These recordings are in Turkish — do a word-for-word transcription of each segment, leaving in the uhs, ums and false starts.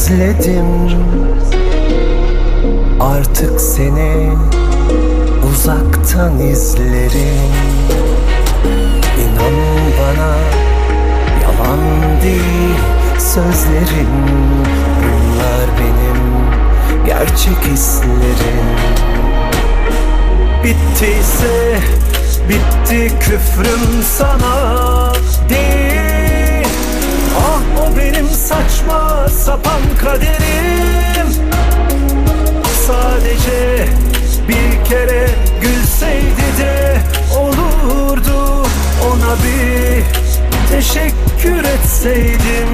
özledim. Artık seni uzaktan izlerim. İnan bana, yalan değil sözlerim. Bunlar benim gerçek hislerim. Bittiyse bitti küfrüm sana değil. Ah o benim saçma sapan kaderim. Sadece bir kere gülseydi de olurdu. Ona bir teşekkür etseydim.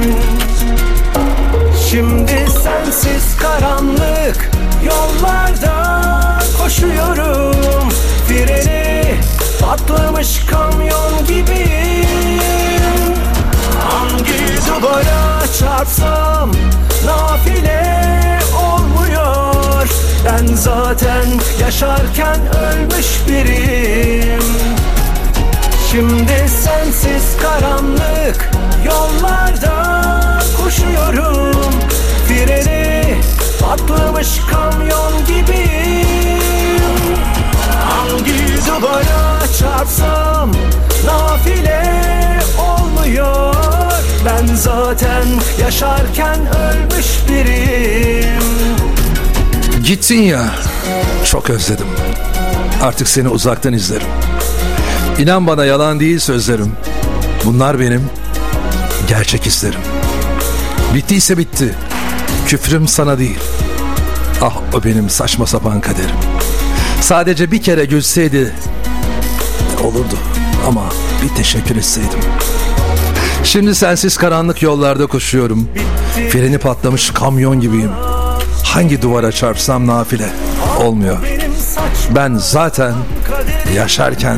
Şimdi sensiz karanlık yollarda koşuyorum. Freni patlamış kamyon gibiyim. Hangi duvara çarpsam nafile olmuyor. Ben zaten yaşarken ölmüş biriyim. Şimdi sensiz karanlık yollarda koşuyorum. Freni patlamış kamyon gibiyim. Hangi duvara çarpsam nafile olmuyor. Ben zaten yaşarken ölmüş biriyim. Gittin ya, çok özledim. Artık seni uzaktan izlerim. İnan bana, yalan değil sözlerim. Bunlar benim gerçek hislerim. Bittiyse bitti. Küfrüm sana değil. Ah o benim saçma sapan kaderim. Sadece bir kere gülseydi olurdu ama bir teşekkür etseydim. Şimdi sensiz karanlık yollarda koşuyorum. Freni patlamış kamyon gibiyim. Hangi duvara çarpsam nafile olmuyor. Ben zaten yaşarken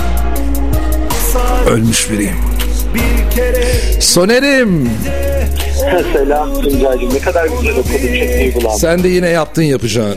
ölmüş biriyim. Soner'im. Selam Tuncay'cığım, ne kadar güzel okudun, çok duygulandım. Sen de yine yaptın yapacağını.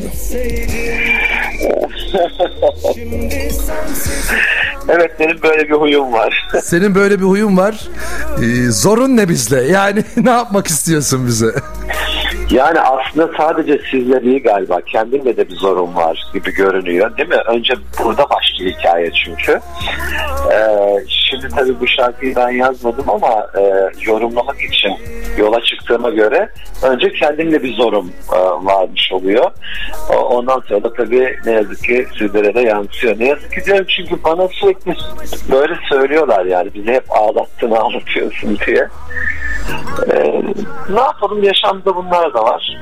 Evet, benim böyle bir huyum var. Senin böyle bir huyun var. Ee, zorun ne bizle? Yani ne yapmak istiyorsun bize? Yani aslında sadece sizle değil galiba, kendimle de bir zorun var gibi görünüyor, değil mi? Önce burada başlıyor hikaye çünkü. Ee, şimdi tabii bu şarkıyı ben yazmadım ama e, yorumlamak için yola çıktığıma göre önce kendimle bir zorum e, varmış oluyor. O, ondan sonra da tabii ne yazık ki sizlere de yansıyor. Ne yazık ki diyorum, çünkü bana sürekli böyle söylüyorlar, yani bizi hep ağlattın ağlatıyorsun diye. Ee, ne yapalım, yaşamda bunlar da var.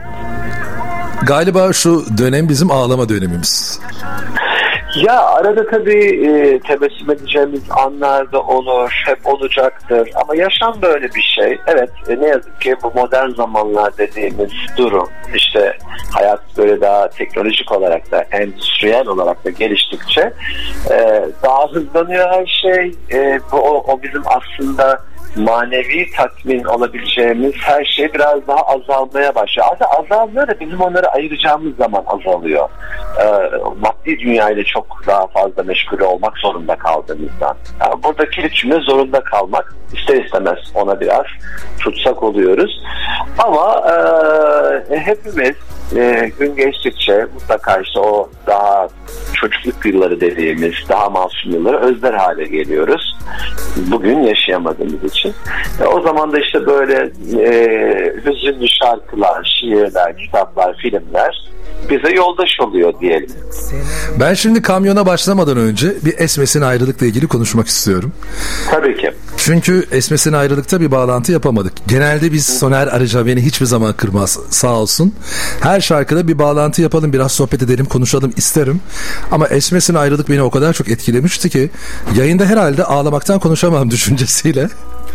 Galiba şu dönem bizim ağlama dönemimiz. Ya arada tabii e, tebessüm edeceğimiz anlar da olur, hep olacaktır. Ama yaşam böyle bir şey. Evet, e, ne yazık ki bu modern zamanlar dediğimiz durum, işte hayat böyle daha teknolojik olarak da, endüstriyel olarak da geliştikçe e, daha hızlanıyor her şey. E, bu o, o bizim aslında manevi tatmin olabileceğimiz her şey biraz daha azalmaya başlıyor. Aslında azalmıyor da bizim onları ayıracağımız zaman azalıyor. Ee, maddi dünyayla çok daha fazla meşgul olmak zorunda kaldığımızdan. Yani burada kilit cümle zorunda kalmak. İster istemez ona biraz tutsak oluyoruz. Ama e, hepimiz e, gün geçtikçe mutlaka işte o daha çocukluk yılları dediğimiz daha masum yılları özler hale geliyoruz. Bugün yaşayamadığımız için. E, o zaman da işte böyle e, hüzünlü şarkılar, şiirler, kitaplar, filmler bize yoldaş oluyor diyelim. Ben şimdi kamyona başlamadan önce bir Esmes'in ayrılıkla ilgili konuşmak istiyorum. Tabii ki. Çünkü Esmes'in ayrılıkta bir bağlantı yapamadık. Genelde biz, Soner Arıca beni hiçbir zaman kırmaz sağ olsun. Her şarkıda bir bağlantı yapalım, biraz sohbet edelim, konuşalım isterim. Ama Esmes'in ayrılık beni o kadar çok etkilemişti ki yayında herhalde ağlamaktan konuşamam düşüncesiyle.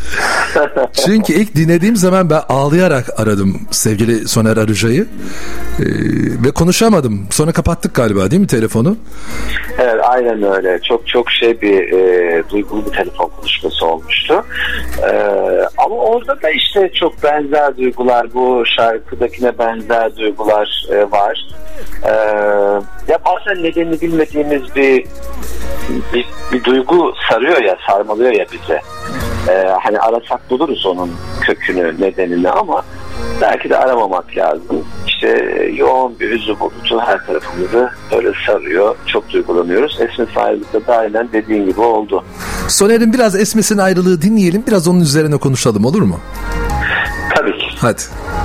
Çünkü ilk dinlediğim zaman ben ağlayarak aradım sevgili Soner Arıca'yı ee, ve konuşamadım. Sonra kapattık galiba, değil mi telefonu? Evet, aynen öyle. Çok çok şey bir e, duygulu bir telefon konuşması olmuştu. E, ama orada da işte çok benzer duygular, bu şarkıdakine benzer duygular e, var. E, ya bazen nedenini bilmediğimiz bir, bir bir duygu sarıyor ya, sarmalıyor ya bize. Ee, hani arasak buluruz onun kökünü, nedenini, ama belki de aramamak lazım. İşte yoğun bir hüzün bulutu her tarafımızı böyle sarıyor. Çok duygulanıyoruz. Esmesi ayrılıkta da aynen dediğin gibi oldu. Soner'in biraz Esmes'in ayrılığı dinleyelim. Biraz onun üzerine konuşalım, olur mu? Tabii ki. Hadi.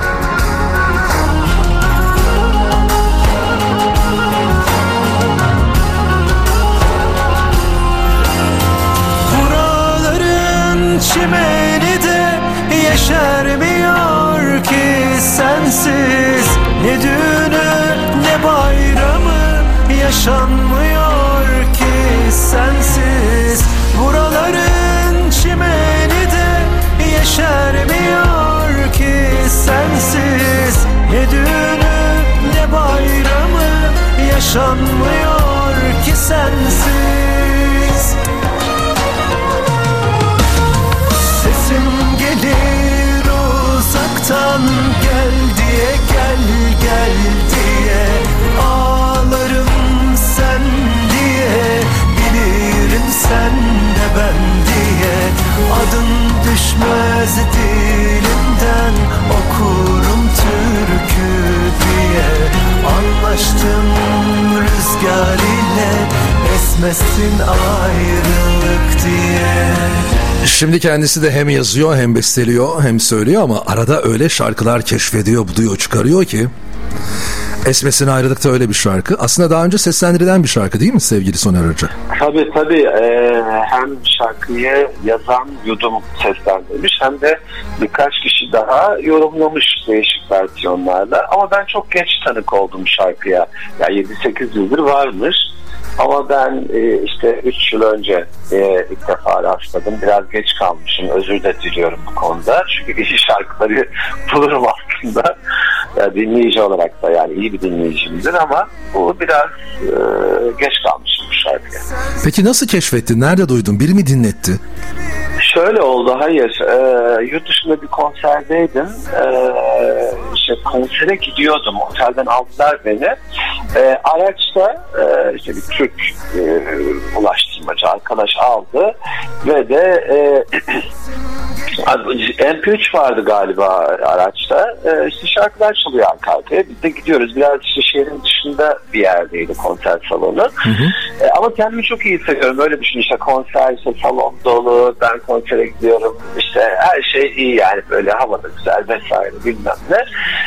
Buraların çimeni de yeşermiyor ki sensiz. Ne düğünü ne bayramı yaşanmıyor ki sensiz. Buraların çimeni de yeşermiyor ki sensiz. Ne düğünü ne bayramı yaşanmıyor ki sensiz. Sesim gelir uzaktan, gel diye, gel gel diye. Ağlarım sen diye, bilirim sen de ben diye. Adın düşmez dilimden, okurum türkü diye. Anlaştım rüzgar ile, esmesin ayrılık diye. Şimdi kendisi de hem yazıyor hem besteliyor hem söylüyor ama arada öyle şarkılar keşfediyor, buluyor, çıkarıyor ki. Esmes'in Ayrılık'ta öyle bir şarkı. Aslında daha önce seslendirilen bir şarkı değil mi sevgili Soner Arıcı? Tabii tabii. Ee, hem şarkıyı yazan Yudum seslendirmiş hem de birkaç kişi daha yorumlamış değişik versiyonlarla. Ama ben çok geç tanık oldum şarkıya. Yani yedi sekiz yıldır varmış. Ama ben e, işte üç yıl önce e, ilk defa rastladım. Biraz geç kalmışım. Özür de diliyorum bu konuda. Çünkü iyi şarkıları bulurum aslında. Ya, dinleyici olarak da yani iyi bir dinleyicimdir ama bu biraz e, geç kalmışım bu şarkıya. Peki nasıl keşfettin? Nerede duydun? Biri mi dinletti? Şöyle oldu, hayır. E, yurt dışında bir konserdeydim. E, işte konsere gidiyordum. Otelden aldılar beni. E, araçta e, işte bir Türk e, ulaştırmacı arkadaş aldı ve de e, M P üç vardı galiba araçta. E, işte şarkılar çalıyor arka arkaya. Biz de gidiyoruz. Biraz işte şehrin dışında bir yerdeydi konser salonu. Hı hı. E, ama kendimi çok iyi hissediyorum. Öyle düşün, işte konser, işte salon dolu. Ben konsere gidiyorum. İşte her şey iyi yani, böyle havada güzel vesaire bilmem ne.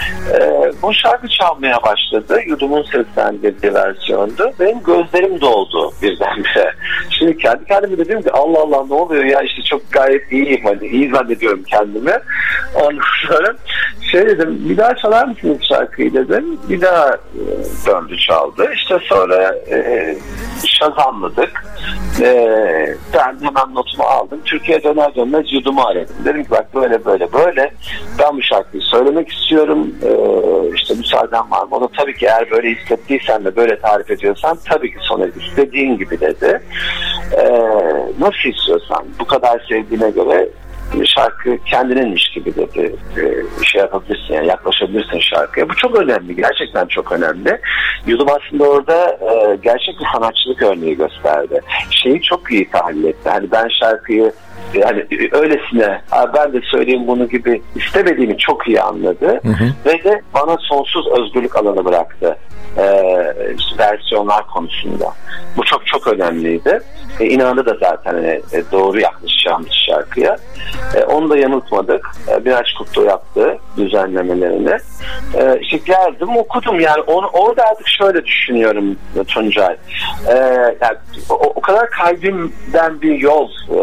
E, bu şarkı çalmaya başladı. Yudum'un seslendirdiği versiyondu. Benim gözlerim doldu birdenbire. Şimdi kendi kendime dedim ki Allah Allah ne oluyor ya, işte çok gayet iyiyim, hani iyi zannediyorum kendimi. Ondan sonra şey dedim, bir daha çalar mısınız şarkıyı dedim. Bir daha e, döndü çaldı. İşte sonra e, şazamladık. E, ben hemen notumu aldım. Türkiye'ye döner dönmez Yudum'u aradım. Dedim ki bak böyle böyle böyle ben bu şarkıyı söylemek istiyorum. E, işte müsaaden var mı? O da tabii ki eğer böyle hissettiysen de böyle tarif ediyorsan tabii ki Soner istediğin gibi dedi. E, nasıl istiyorsan, bu kadar sevdiğine göre şarkı kendininmiş gibi dedi. Bir şey yapabilirsin yani, yaklaşabilirsin şarkıya. Bu çok önemli. Gerçekten çok önemli. Yudum aslında orada e, gerçek bir sanatçılık örneği gösterdi. Şeyi çok iyi tahlil etti. Hani ben şarkıyı yani öylesine ben de söyleyeyim bunu gibi istemediğimi çok iyi anladı. Hı hı. Ve de bana sonsuz özgürlük alanı bıraktı. Ee, işte versiyonlar konusunda. Bu çok çok önemliydi. E, inandı da zaten hani, e, doğru yaklaşacağımız şarkıya. E, onu da yanıltmadık. E, Miraç Kutlu yaptı düzenlemelerini. E, işte geldim okudum yani onu, orada artık şöyle düşünüyorum Tuncay. E, yani, o, o kadar kalbimden bir yol e,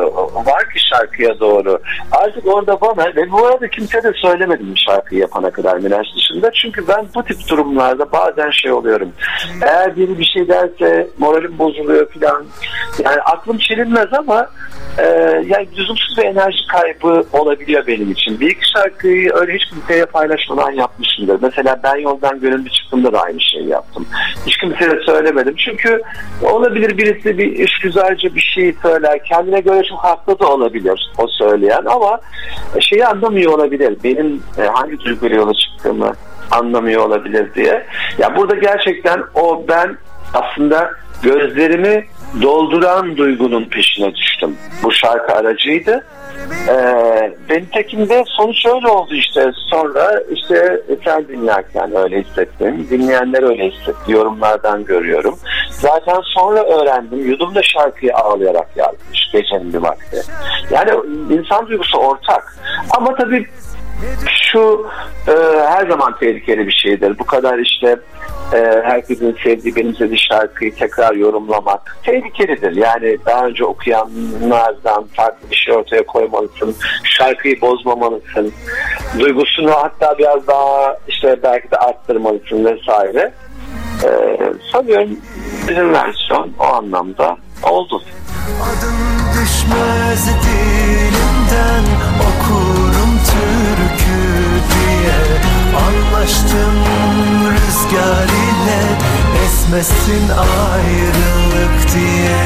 var ki şarkıya doğru. Artık orada bana ve bu arada kimseye de söylemedim şarkıyı yapana kadar Miraç dışında. Çünkü ben bu tip durumlarda bazen şey oluyorum. Eğer biri bir şey derse moralim bozuluyor filan. Yani aklım çelinmez ama e, yani lüzumsuz bir enerji kaybı olabiliyor benim için. Bir iki şarkıyı öyle hiç kimseye paylaşmadan yapmışımdır. Mesela Ben Yoldan Gönüllü Çıktığımda da aynı şeyi yaptım. Hiç kimseye de söylemedim. Çünkü olabilir birisi bir işgüzarca bir şey söyler. Kendine göre çok haklı da olabilir o söyleyen ama şeyi anlamıyor olabilir. Benim e, hangi duyguyla yola çıktığımı anlamıyor olabilir diye. Ya burada gerçekten o ben aslında gözlerimi dolduran duygunun peşine düştüm. Bu şarkı aracıydı. Ee, benim tekimde sonuç öyle oldu işte. Sonra işte sen dinlerken öyle hissettim. Dinleyenler öyle hissetti. Yorumlardan görüyorum. Zaten sonra öğrendim. Yudum da şarkıyı ağlayarak yazmış gecenin bir vakti. Yani insan duygusu ortak. Ama tabii şu e, her zaman tehlikeli bir şeydir. Bu kadar işte e, herkesin sevdiği, benimsediği şarkıyı tekrar yorumlamak tehlikelidir. Yani daha önce okuyanlardan farklı bir şey ortaya koymalısın. Şarkıyı bozmamalısın. Duygusunu hatta biraz daha işte belki de arttırmalısın vesaire. E, sanıyorum bizim versiyon o anlamda oldu. Adım düşmez dilimden, okurum türkü diye. Anlaştım rüzgar ile, esmesin ayrılık diye.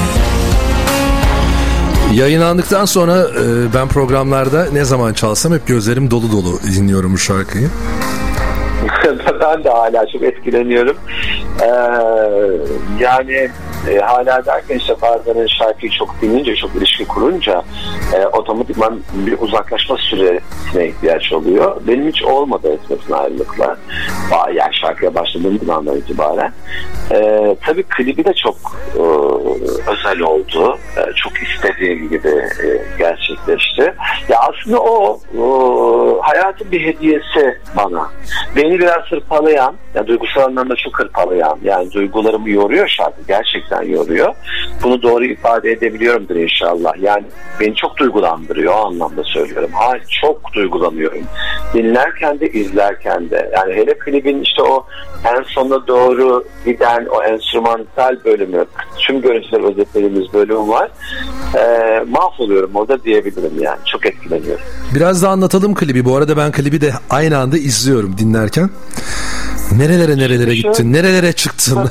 Yayınlandıktan sonra e, ben programlarda ne zaman çalsam hep gözlerim dolu dolu dinliyorum bu şarkıyı. Ben de hala çok etkileniyorum. Ee, yani e, hala derken işte bazen şarkıyı çok dinleyince, çok ilişki kurunca e, otomatikman bir uzaklaşma süresine ihtiyaç oluyor. Benim hiç olmadı esmesin ayrılıklar. Yani şarkıya başladığım andan itibaren. E, tabii klibi de çok e, özel oldu. E, çok istediğim gibi e, gerçekleşti. Ya aslında o, o hayatın bir hediyesi bana. Beni biraz hırpalayan, yani duygusal anlamda çok hırpalayan, yani duygularımı yoruyor şarkı, gerçekten yoruyor. Bunu doğru ifade edebiliyorumdur inşallah. Yani beni çok duygulandırıyor, o anlamda söylüyorum. Ha, çok duygulanıyorum. Dinlerken de izlerken de. Yani hele klibin işte o en sona doğru giden o enstrümantal bölümü, tüm görüntüler özetlediğimiz bölüm var. E, mahvoluyorum orada diyebilirim yani. Çok etkileniyorum. Biraz da anlatalım klibi. Bu arada ben klibi de aynı anda izliyorum dinlerken. Nerelere nerelere Şu... gittin? Nerelere çıktın?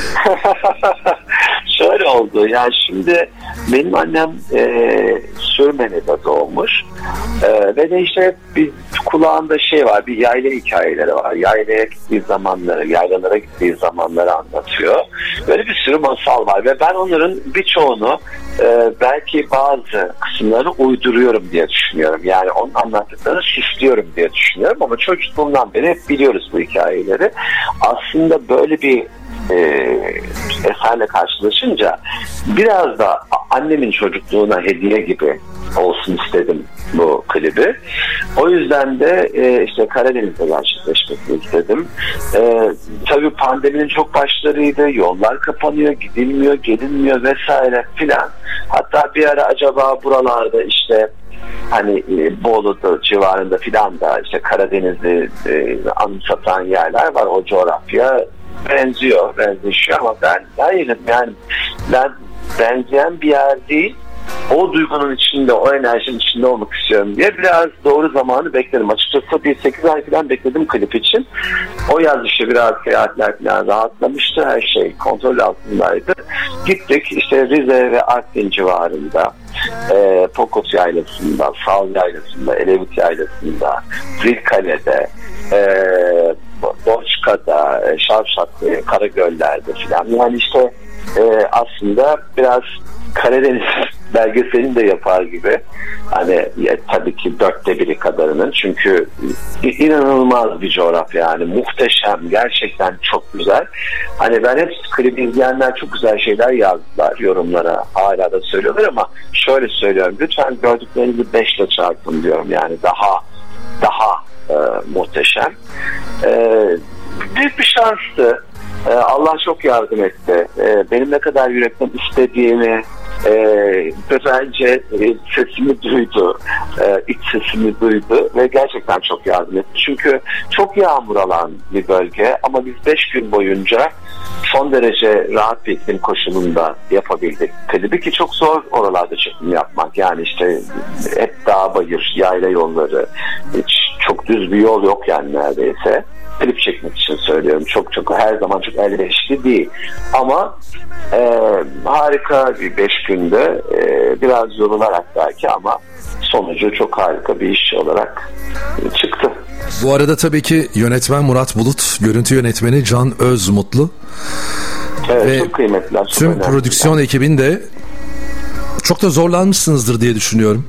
Şöyle oldu. Yani şimdi benim annem e, Sürmene'de doğmuş. E, ve de işte bir kulağında şey var, bir yayla hikayeleri var. Yaylaya gittiği zamanları, yaylalara gittiği zamanları anlatıyor. Böyle bir sürü masal var ve ben onların birçoğunu e, belki bazı kısımları uyduruyorum diye düşünüyorum. Yani onun anlattıklarını süslüyorum diye düşünüyorum ama çocukluğumdan beri hep biliyoruz bu hikayeleri. Aslında böyle bir e, eserle karşılaşınca biraz da annemin çocukluğuna hediye gibi olsun istedim bu klibi. O yüzden de e, işte Karadeniz'de gerçekleşmesini istedim. E, tabii pandeminin çok başlarıydı. Yollar kapanıyor, gidilmiyor, gelinmiyor vesaire filan. Hatta bir ara acaba buralarda işte hani e, Bolu'da civarında filan da işte Karadeniz'i e, anımsatan yerler var. O coğrafya benziyor, benzeşiyor ama ben hayır yani ben benzeyen bir yer değil. O duygunun içinde, o enerjinin içinde olmak istiyorum diye biraz doğru zamanı bekledim. Açıkçası bir sekiz ay falan bekledim klip için. O yaz işte biraz seyahatler falan rahatlamıştı. Her şey kontrol altındaydı. Gittik işte Rize ve Artvin civarında, e, Pokot Yaylası'nda, Sal Yaylası'nda, Elevit Yaylası'nda, Zilkale'de, e, Borçka'da, Şavşat, Karagöller'de falan. Yani işte e, aslında biraz Karadeniz belgeselini de yapar gibi. Hani ya, tabii ki dörtte biri kadarının. Çünkü inanılmaz bir coğrafya yani. Muhteşem. Gerçekten çok güzel. Hani ben hep klibi izleyenler çok güzel şeyler yazdılar yorumlara. Hala da söylüyorlar ama şöyle söylüyorum. Lütfen gördüklerinizi beşle çarpın diyorum. Yani daha daha e, muhteşem. E, büyük bir şanstı. E, Allah çok yardım etti. E, benim ne kadar yürekten istediğimi Ee, bence e, sesimi duydu, e, iç sesimi duydu ve gerçekten çok yardım etti. Çünkü çok yağmur alan bir bölge ama biz beş gün boyunca son derece rahat bir iklim koşulunda yapabildik klibi ki çok zor oralarda çekim yapmak. Yani işte hep dağ bayır, yayla yolları, hiç çok düz bir yol yok yani neredeyse. Klip çekmek için söylüyorum. Çok çok her zaman çok elverişli değil. Ama e, harika bir beş günde e, biraz yorularak belki ama sonucu çok harika bir iş olarak e, çıktı. Bu arada tabii ki yönetmen Murat Bulut, görüntü yönetmeni Can Özmutlu. Evet, ve çok kıymetliler. Çok tüm önemli. prodüksiyon ekibinde çok da zorlanmışsınızdır diye düşünüyorum.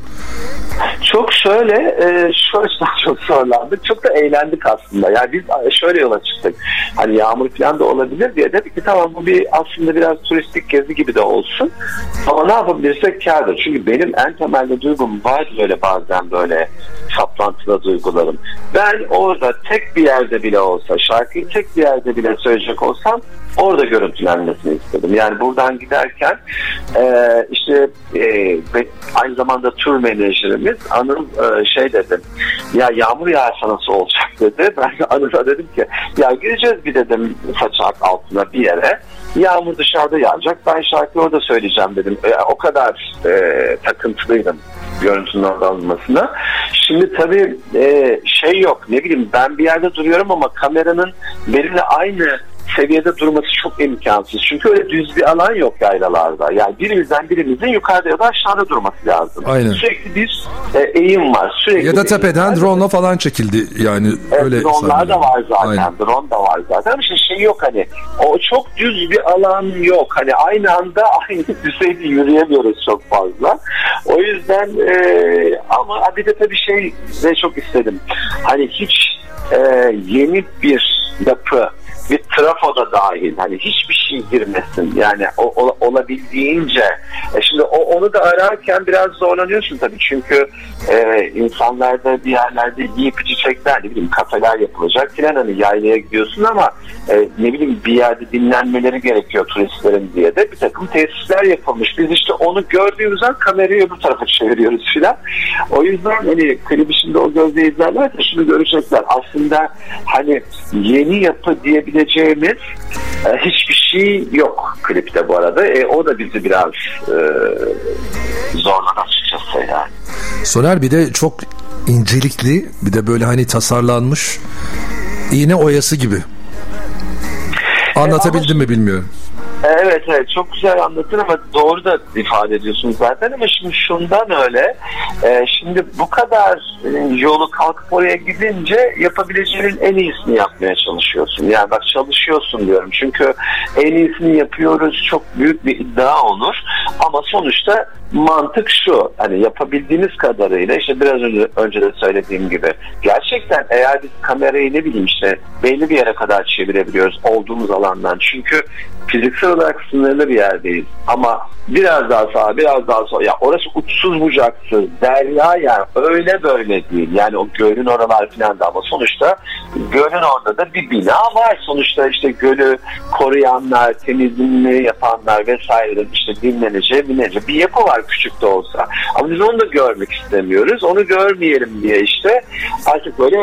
Çok şöyle, e, şu açıdan çok zorlandık. Çok da eğlendik aslında. Yani biz şöyle yola çıktık. Hani yağmur falan da olabilir diye dedik ki tamam bu bir aslında biraz turistik gezi gibi de olsun. Ama ne yapabilirsek kârdır. Çünkü benim en temelde duygum var böyle bazen böyle saplantıda duygularım. Ben orada tek bir yerde bile olsa, şarkıyı tek bir yerde bile söyleyecek olsam orada görüntülenmesini istedim. Yani buradan giderken e, işte e, aynı zamanda tur menajerimiz Anıl e, şey dedi, ya yağmur yağarsa nasıl olacak dedi. Ben de Anıl'a dedim ki ya gideceğiz bir dedim saçak altına bir yere. Yağmur dışarıda yağacak. Ben şarkıyı orada söyleyeceğim dedim. E, o kadar e, takıntılıydım görüntünün alınmasına. Şimdi tabii e, şey yok, ne bileyim ben bir yerde duruyorum ama kameranın benimle aynı seviyede durması çok imkansız. Çünkü öyle düz bir alan yok yaylalarda. Yani birimizden birimizin yukarıda ya da aşağıda durması lazım. Aynen. Sürekli bir e, eğim var. Sürekli ya da tepeden drone'la falan çekildi. Yani evet, öyle. Drone'lar da var zaten. Aynen. Drone da var zaten. Ama işte şey yok hani. O çok düz bir alan yok. Hani aynı anda aynı düzeyde yürüyemiyoruz çok fazla. O yüzden e, ama bir de tabii şey de çok istedim. Hani hiç e, yeni bir yapı, bir trafo da dahil hani hiçbir şey girmesin yani o, o, olabildiğince e şimdi o, onu da ararken biraz zorlanıyorsun tabii çünkü e, insanlarda bir yerlerde yiyip içecekler ne bileyim kafeler yapılacak filan hani yaylaya gidiyorsun ama e, ne bileyim bir yerde dinlenmeleri gerekiyor turistlerin diye de bir takım tesisler yapılmış. Biz işte onu gördüğümüz an kamerayı öbür tarafa çeviriyoruz filan. O yüzden hani klibi şimdi o gözle izlerlerse şunu görecekler. Aslında hani yeni yapı diyebileceğimiz e, hiçbir şey yok klipte bu arada. E, o da bizi biraz e, zorladı açıkçası yani. Soner bir de çok incelikli bir de böyle hani tasarlanmış iğne oyası gibi. Anlatabildim mi bilmiyorum. Evet evet çok güzel anlatır ama doğru da ifade ediyorsun zaten ama şimdi şundan öyle e, şimdi bu kadar e, yolu kalkıp oraya gidince yapabileceğinin en iyisini yapmaya çalışıyorsun. Yani bak çalışıyorsun diyorum çünkü en iyisini yapıyoruz çok büyük bir iddia olur ama sonuçta mantık şu hani yapabildiğimiz kadarıyla işte biraz önce, önce de söylediğim gibi gerçekten eğer biz kamerayı ne bileyim işte belli bir yere kadar çevirebiliyoruz olduğumuz alandan çünkü fiziksel olarak sınırlı bir yerdeyiz ama biraz daha sağa biraz daha sola ya orası uçsuz bucaksız derya yani öyle böyle değil yani o gölün oralar filan da ama sonuçta gölün orada da bir bina var sonuçta işte gölü koruyanlar temizliğini yapanlar vesaire işte dinleneceği bineceği bir yapı var küçük de olsa ama biz onu da görmek istemiyoruz onu görmeyelim diye işte artık böyle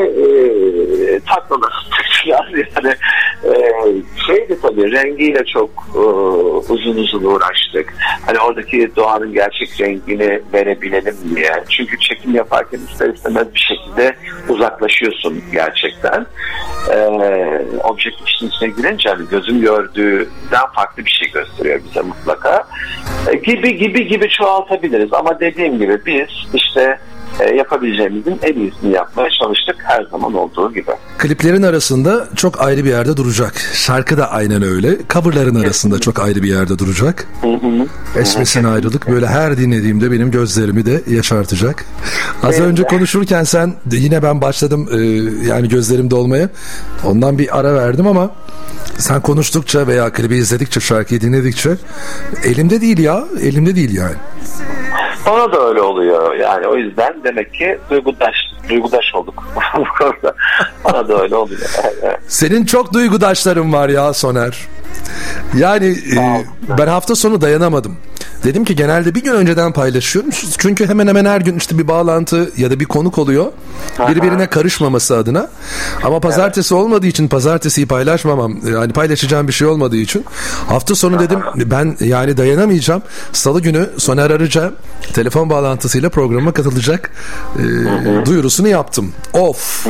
e, taklalar yani e, şeydi tabii rengiyle çok e, uzun uzun uğraştık. Hani oradaki doğanın gerçek rengini verebilelim diye. Çünkü çekim yaparken ister istemez bir şekilde uzaklaşıyorsun gerçekten. Ee, objektif işin içine girince hani gözüm gördüğünden farklı bir şey gösteriyor bize mutlaka. Ee, gibi gibi gibi çoğaltabiliriz ama dediğim gibi biz işte E, yapabileceğimizin en iyisini yapmaya çalıştık her zaman olduğu gibi. Kliplerin arasında çok ayrı bir yerde duracak. Şarkı da aynen öyle. Coverların arasında çok ayrı bir yerde duracak. Esmesin ayrılık böyle her dinlediğimde benim gözlerimi de yaşartacak. Az evet. önce konuşurken sen yine ben başladım e, yani gözlerimde olmaya. Ondan bir ara verdim ama sen konuştukça veya klibi izledikçe şarkıyı dinledikçe elimde değil ya elimde değil yani. Bana da öyle oluyor yani o yüzden demek ki duygudaş duygudaş olduk bu konuda. Bana da öyle oluyor. Senin çok duygudaşların var ya Soner. Yani e, ben hafta sonu dayanamadım. Dedim ki genelde bir gün önceden paylaşıyorum. Çünkü hemen hemen her gün işte bir bağlantı ya da bir konuk oluyor. Birbirine karışmaması adına. Ama pazartesi evet. olmadığı için pazartesiyi paylaşmamam. Yani paylaşacağım bir şey olmadığı için. Hafta sonu dedim ben yani dayanamayacağım. Salı günü Soner Arıca telefon bağlantısıyla programa katılacak. E, duyurusunu yaptım. Of.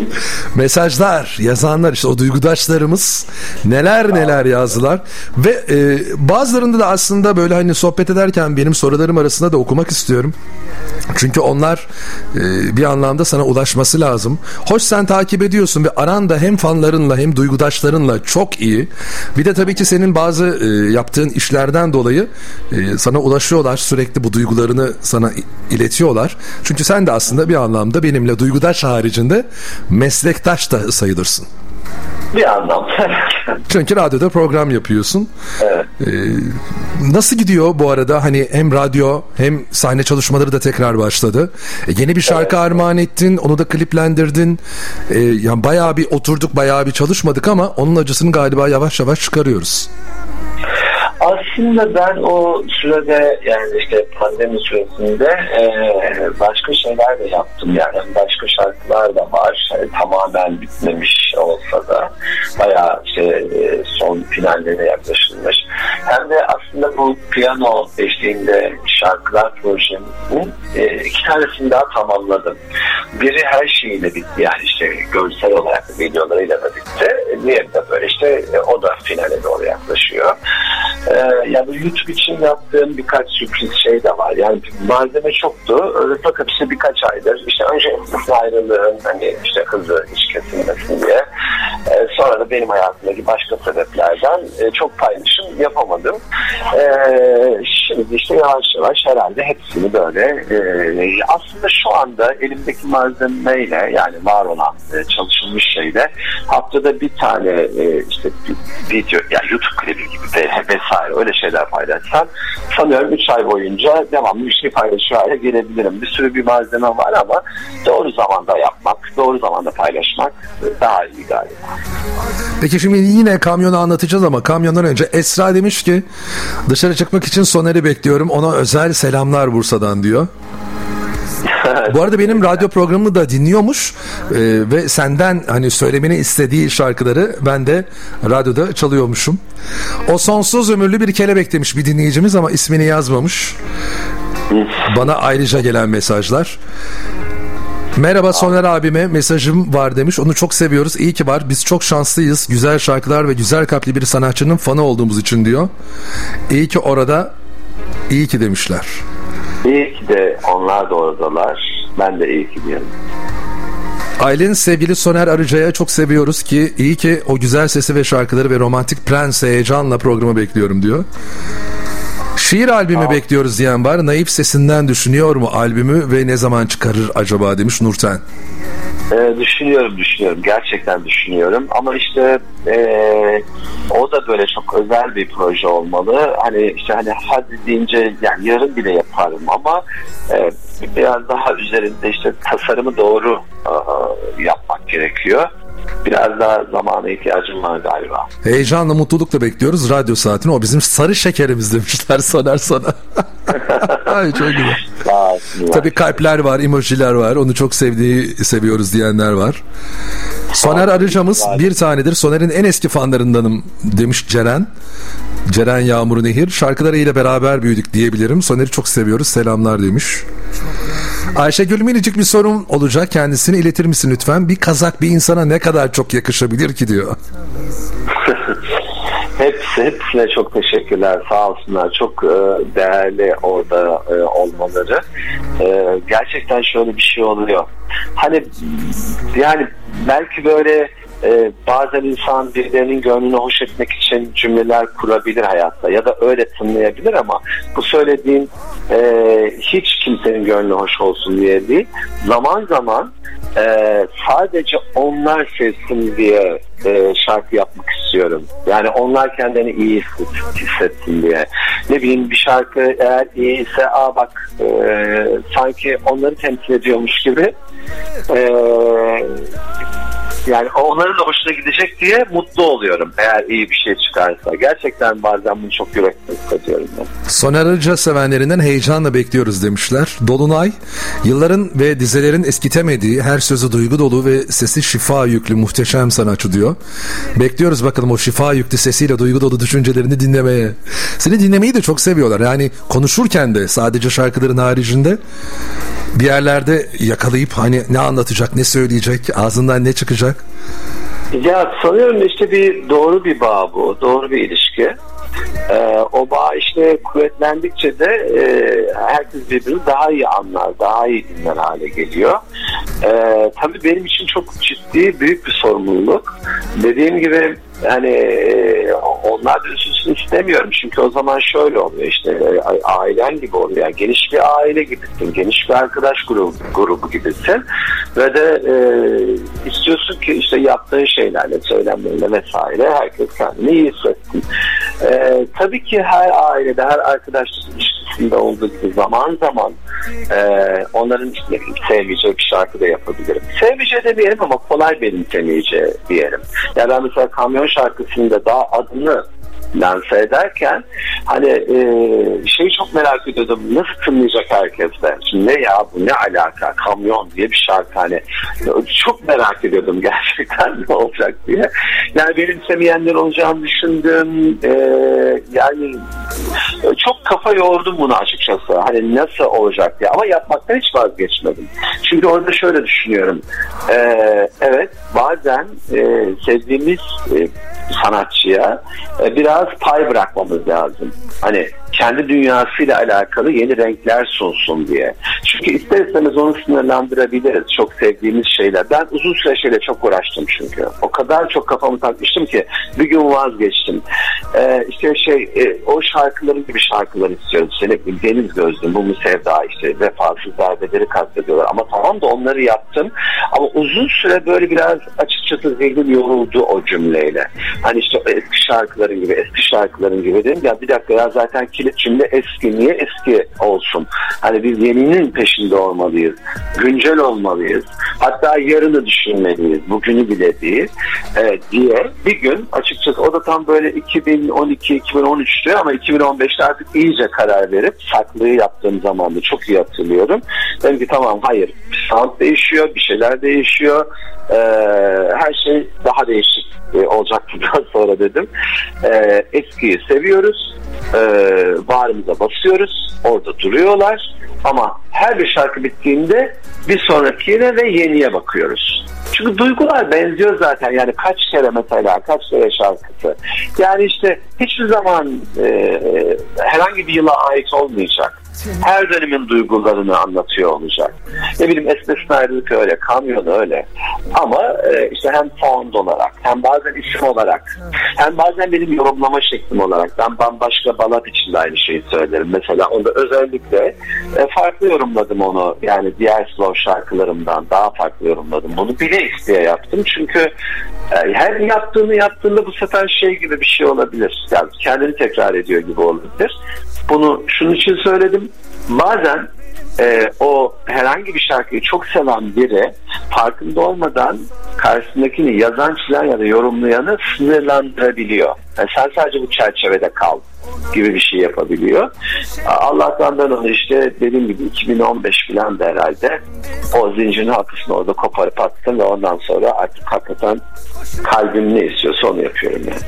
Mesajlar, yazanlar işte o duygudaşlarımız neler neler yazdılar. Ve e, bazılarında da aslında böyle hani sohbet sohbet ederken benim sorularım arasında da okumak istiyorum. Çünkü onlar e, bir anlamda sana ulaşması lazım. Hoş sen takip ediyorsun ve aran da hem fanlarınla hem duygudaşlarınla çok iyi. Bir de tabii ki senin bazı e, yaptığın işlerden dolayı e, sana ulaşıyorlar. Sürekli bu duygularını sana iletiyorlar. Çünkü sen de aslında bir anlamda benimle duygudaş haricinde meslektaş da sayılırsın. Bir anlamda. Çünkü radyoda program yapıyorsun. Evet. Ee, nasıl gidiyor bu arada? Hani hem radyo hem sahne çalışmaları da tekrar başladı. E, yeni bir şarkı evet. armağan ettin. Onu da kliplendirdin. E, yani bayağı bir oturduk, bayağı bir çalışmadık ama onun acısını galiba yavaş yavaş çıkarıyoruz. Aslında ben o sürede, yani işte pandemi süresinde e, başka şeyler de yaptım. Yani başka şarkılar da var. Yani tamamen bitmemiş olsa da bayağı işte e, son finallerine yaklaşılmış. Hem de aslında bu piyano eşliğinde şarkılar projemin e, iki tanesini daha tamamladım. Biri her şeyiyle bitti. Yani işte görsel olarak videolarıyla da bitti. Diğeri de böyle işte e, o da finale doğru yaklaşıyor. Ee, yani YouTube için yaptığım birkaç sürpriz şey de var. Yani malzeme çoktu. Öyle fakat işte birkaç aydır işte önce ayrılığın hani işte hızı hiç kesilmesin diye. Ee, sonra da benim hayatımdaki başka sebeplerden e, çok paylaşım yapamadım. Ee, şimdi işte yavaş yavaş herhalde hepsini böyle e, aslında şu anda elimdeki malzemeyle, yani var olan e, çalışılmış şeyle haftada bir tane e, işte bir video, yani YouTube klibi gibi de vesaire öyle şeyler paylaşsam sanıyorum üç ay boyunca devamlı bir şey paylaşıyor hale gelebilirim. Bir sürü bir malzeme var ama doğru zamanda yapmak, doğru zamanda paylaşmak daha iyi galiba. Peki şimdi yine kamyonu anlatacağız ama kamyondan önce Esra demiş ki dışarı çıkmak için Soner'i bekliyorum. Ona özel selamlar Bursa'dan diyor. Bu arada benim radyo programımı da dinliyormuş ee, ve senden hani söylemeni istediği şarkıları ben de radyoda çalıyormuşum. O sonsuz ömürlü bir kelebek demiş bir dinleyicimiz ama ismini yazmamış. Bana ayrıca gelen mesajlar. Merhaba Soner abime mesajım var demiş. Onu çok seviyoruz. İyi ki var. Biz çok şanslıyız. Güzel şarkılar ve güzel kalpli bir sanatçının fanı olduğumuz için diyor. İyi ki orada, iyi ki demişler. İyi ki de onlar da oradalar. Ben de iyi ki diyorum. Aylin sevgili Soner Arıca'ya çok seviyoruz ki iyi ki o güzel sesi ve şarkıları ve romantik prens heyecanla programı bekliyorum diyor. Şiir albümü Aa. bekliyoruz diyen var. Naif sesinden düşünüyor mu albümü ve ne zaman çıkarır acaba demiş Nurten. Ee, düşünüyorum düşünüyorum gerçekten düşünüyorum ama işte ee, o da böyle çok özel bir proje olmalı. Hani işte hani hadi deyince yani yarın bile yaparım ama ee, biraz daha üzerinde işte tasarımı doğru ee, yapmak gerekiyor. Biraz daha zamana ihtiyacım var galiba. Heyecanla, mutlulukla bekliyoruz radyo saatini. O bizim sarı şekerimiz demişler Soner sana. Ay çok güzel. Tabii kalpler var, emojiler var. Onu çok sevdiği, seviyoruz diyenler var. Soner Arıca'mız bir tanedir. Soner'in en eski fanlarındanım demiş Ceren. Ceren Yağmur Nehir. Şarkılarıyla beraber büyüdük diyebilirim. Soner'i çok seviyoruz. Selamlar demiş. Ayşegül minicik bir sorun olacak. Kendisini iletir misin lütfen? Bir kazak bir insana ne kadar çok yakışabilir ki diyor. Hepsi, hepsine çok teşekkürler. Sağ olsunlar. Çok e, değerli orada e, olmaları. E, gerçekten şöyle bir şey oluyor. Hani yani belki böyle e, bazen insan birilerinin gönlünü hoş etmek için cümleler kurabilir hayatta ya da öyle tınlayabilir ama bu söylediğin e, hiç kimsenin gönlü hoş olsun diye değil. Zaman zaman e, sadece onlar sevsin diye e, şarkı yapmak istiyorum. Yani onlar kendini iyi hissetsin diye. Ne bileyim bir şarkı eğer iyiyse aa bak e, sanki onları temsil ediyormuş gibi eee yani onların da hoşuna gidecek diye mutlu oluyorum eğer iyi bir şey çıkarsa. Gerçekten bazen bunu çok yürekli hissediyorum ben. Soner Arıca sevenlerinden heyecanla bekliyoruz demişler. Dolunay, yılların ve dizelerin eskitemediği, her sözü duygu dolu ve sesi şifa yüklü muhteşem sanatçı diyor. Bekliyoruz bakalım o şifa yüklü sesiyle duygu dolu düşüncelerini dinlemeye. Seni dinlemeyi de çok seviyorlar. Yani konuşurken de sadece şarkıların haricinde bir yerlerde yakalayıp hani ne anlatacak, ne söyleyecek, ağzından ne çıkacak? Ya sanıyorum işte bir doğru bir bağ bu, doğru bir ilişki. E, o bağ işte kuvvetlendikçe de e, herkes birbirini daha iyi anlar, daha iyi dinler hale geliyor. E, tabii benim için çok ciddi, büyük bir sorumluluk. Dediğim gibi yani onlar da üzülsün istemiyorum. Çünkü o zaman şöyle oluyor işte, ailen gibi oluyor. Yani geniş bir aile gibisin. Geniş bir arkadaş grubu, grubu gibisin. Ve de e, istiyorsun ki işte yaptığın şeylerle, söylemleriyle vesaire herkes kendini iyi hissetsin. E, tabii ki her ailede, her arkadaşlık ilişkisinde olduğu gibi zaman zaman e, onların işte sevmeyeceği bir şarkı da yapabilirim. Sevmeyeceği demeyelim ama kolay benimsemeyeceği diyelim. Yani ben mesela Kamyon şarkısında daha adını lanse ederken hani e, şeyi çok merak ediyordum, nasıl tınlayacak herkes de. Şimdi ne ya bu, ne alaka, Kamyon diye bir şarkı, hani çok merak ediyordum gerçekten ne olacak diye. Yani benimsemeyenler olacağını düşündüm. E, yani çok kafa yordum bunu açıkçası. Hani nasıl olacak diye, ama yapmaktan hiç vazgeçmedim. Çünkü orada şöyle düşünüyorum. E, evet bazen e, sevdiğimiz e, sanatçıya e, biraz pay bırakmamız lazım. Hani kendi dünyasıyla alakalı yeni renkler sunsun diye. Çünkü ister istemez onu sınırlandırabiliriz. Çok sevdiğimiz şeyler. Ben uzun süre şeyle çok uğraştım çünkü. O kadar çok kafamı takmıştım ki bir gün vazgeçtim. Ee, işte şey e, o şarkıların gibi şarkılar istiyoruz. İşte Deniz Gözlüm, Bu Mu Sevda, işte vefasız darbeleri kastediyorlar. Ama tamam da onları yaptım. Ama uzun süre böyle biraz açıkçası zihnim yoruldu o cümleyle. Hani işte eski şarkıların gibi, eski şarkıların gibi dedim ya, bir dakika ya, zaten kilit cümle eski, niye eski olsun? Hani biz yeninin peşinde olmalıyız, güncel olmalıyız, hatta yarını düşünmeliyiz, bugünü bile değil e, diye bir gün açıkçası, o da tam böyle iki bin on iki iki bin on üçtü ama iki bin on beşte artık iyice karar verip saklığı yaptığım zamanı çok iyi hatırlıyorum. Dedim ki tamam, hayır, sound değişiyor, bir şeyler değişiyor, e, her şey daha değişik e, olacak bundan sonra dedim. E, eskiyi seviyoruz, e, bağrımıza basıyoruz, orada duruyorlar ama her bir şarkı bittiğinde bir sonrakine ve yeniye bakıyoruz. Çünkü duygular benziyor zaten, yani kaç kere mesela, kaç kere şarkısı. Yani işte hiçbir zaman e, herhangi bir yıla ait olmayacak. Her dönemin duygularını anlatıyor olacak. Ne bileyim, Esmesin Ayrılık öyle, Kamyon öyle. Ama e, işte hem sound olarak, hem bazen isim olarak, hem bazen benim yorumlama şeklim olarak. Ben bambaşka balat içinde aynı şeyi söylerim. Mesela onda özellikle e, farklı yorumladım onu. Yani diğer slow şarkılarımdan daha farklı yorumladım. Bunu bile isteye yaptım. Çünkü e, her yaptığını yaptığında bu sefer şey gibi bir şey olabilir. Yani kendini tekrar ediyor gibi olabilir. Bunu şunun için söyledim. Bazen e, o herhangi bir şarkıyı çok seven biri farkında olmadan karşısındakini yazan, çizen ya da yorumlayanı sınırlandırabiliyor. Yani sen sadece bu çerçevede kal gibi bir şey yapabiliyor. Allah'tan ben onu işte dediğim gibi iki bin on beş falan da herhalde o zincirin halkasını orada koparıp attım ve ondan sonra artık hakikaten kalbim ne istiyorsa onu yapıyorum yani.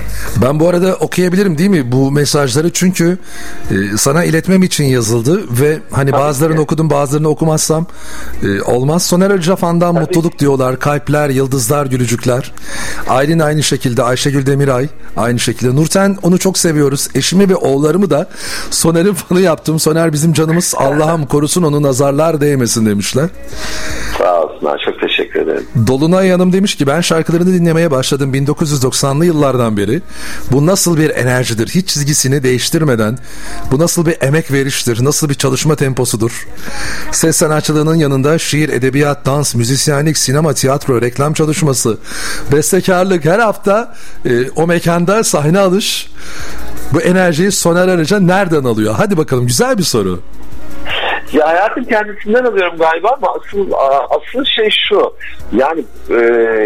Ben bu arada okuyabilirim değil mi bu mesajları, çünkü e, sana iletmem için yazıldı ve hani tabii bazılarını ki okudum, bazılarını okumazsam e, olmaz. Soner Arıcafan'dan tabii mutluluk ki diyorlar, kalpler, yıldızlar, gülücükler. Aylin aynı şekilde, Ayşegül Demiray aynı şekilde. Nurten, onu çok seviyoruz. Eşimi ve oğullarımı da Soner'in fanı yaptım. Soner bizim canımız, Allah'ım korusun onu, nazarlar değmesin demişler. Sağ olsunlar, çok teşekkür ederim. Dolunay Hanım demiş ki ben şarkılarını dinlemeye başladım bin dokuz yüz doksanlı yıllardan beri. Bu nasıl bir enerjidir, hiç çizgisini değiştirmeden. Bu nasıl bir emek veriştir, nasıl bir çalışma temposudur. Ses sanatçılığının yanında şiir, edebiyat, dans, müzisyenlik, sinema, tiyatro, reklam çalışması, bestekarlık, her hafta e, o mekanda sahne alış. Bu enerjiyi Soner Arıca nereden alıyor? Hadi bakalım, güzel bir soru. Ya hayatım kendisinden alıyorum galiba ama asıl asıl şey şu. Yani e,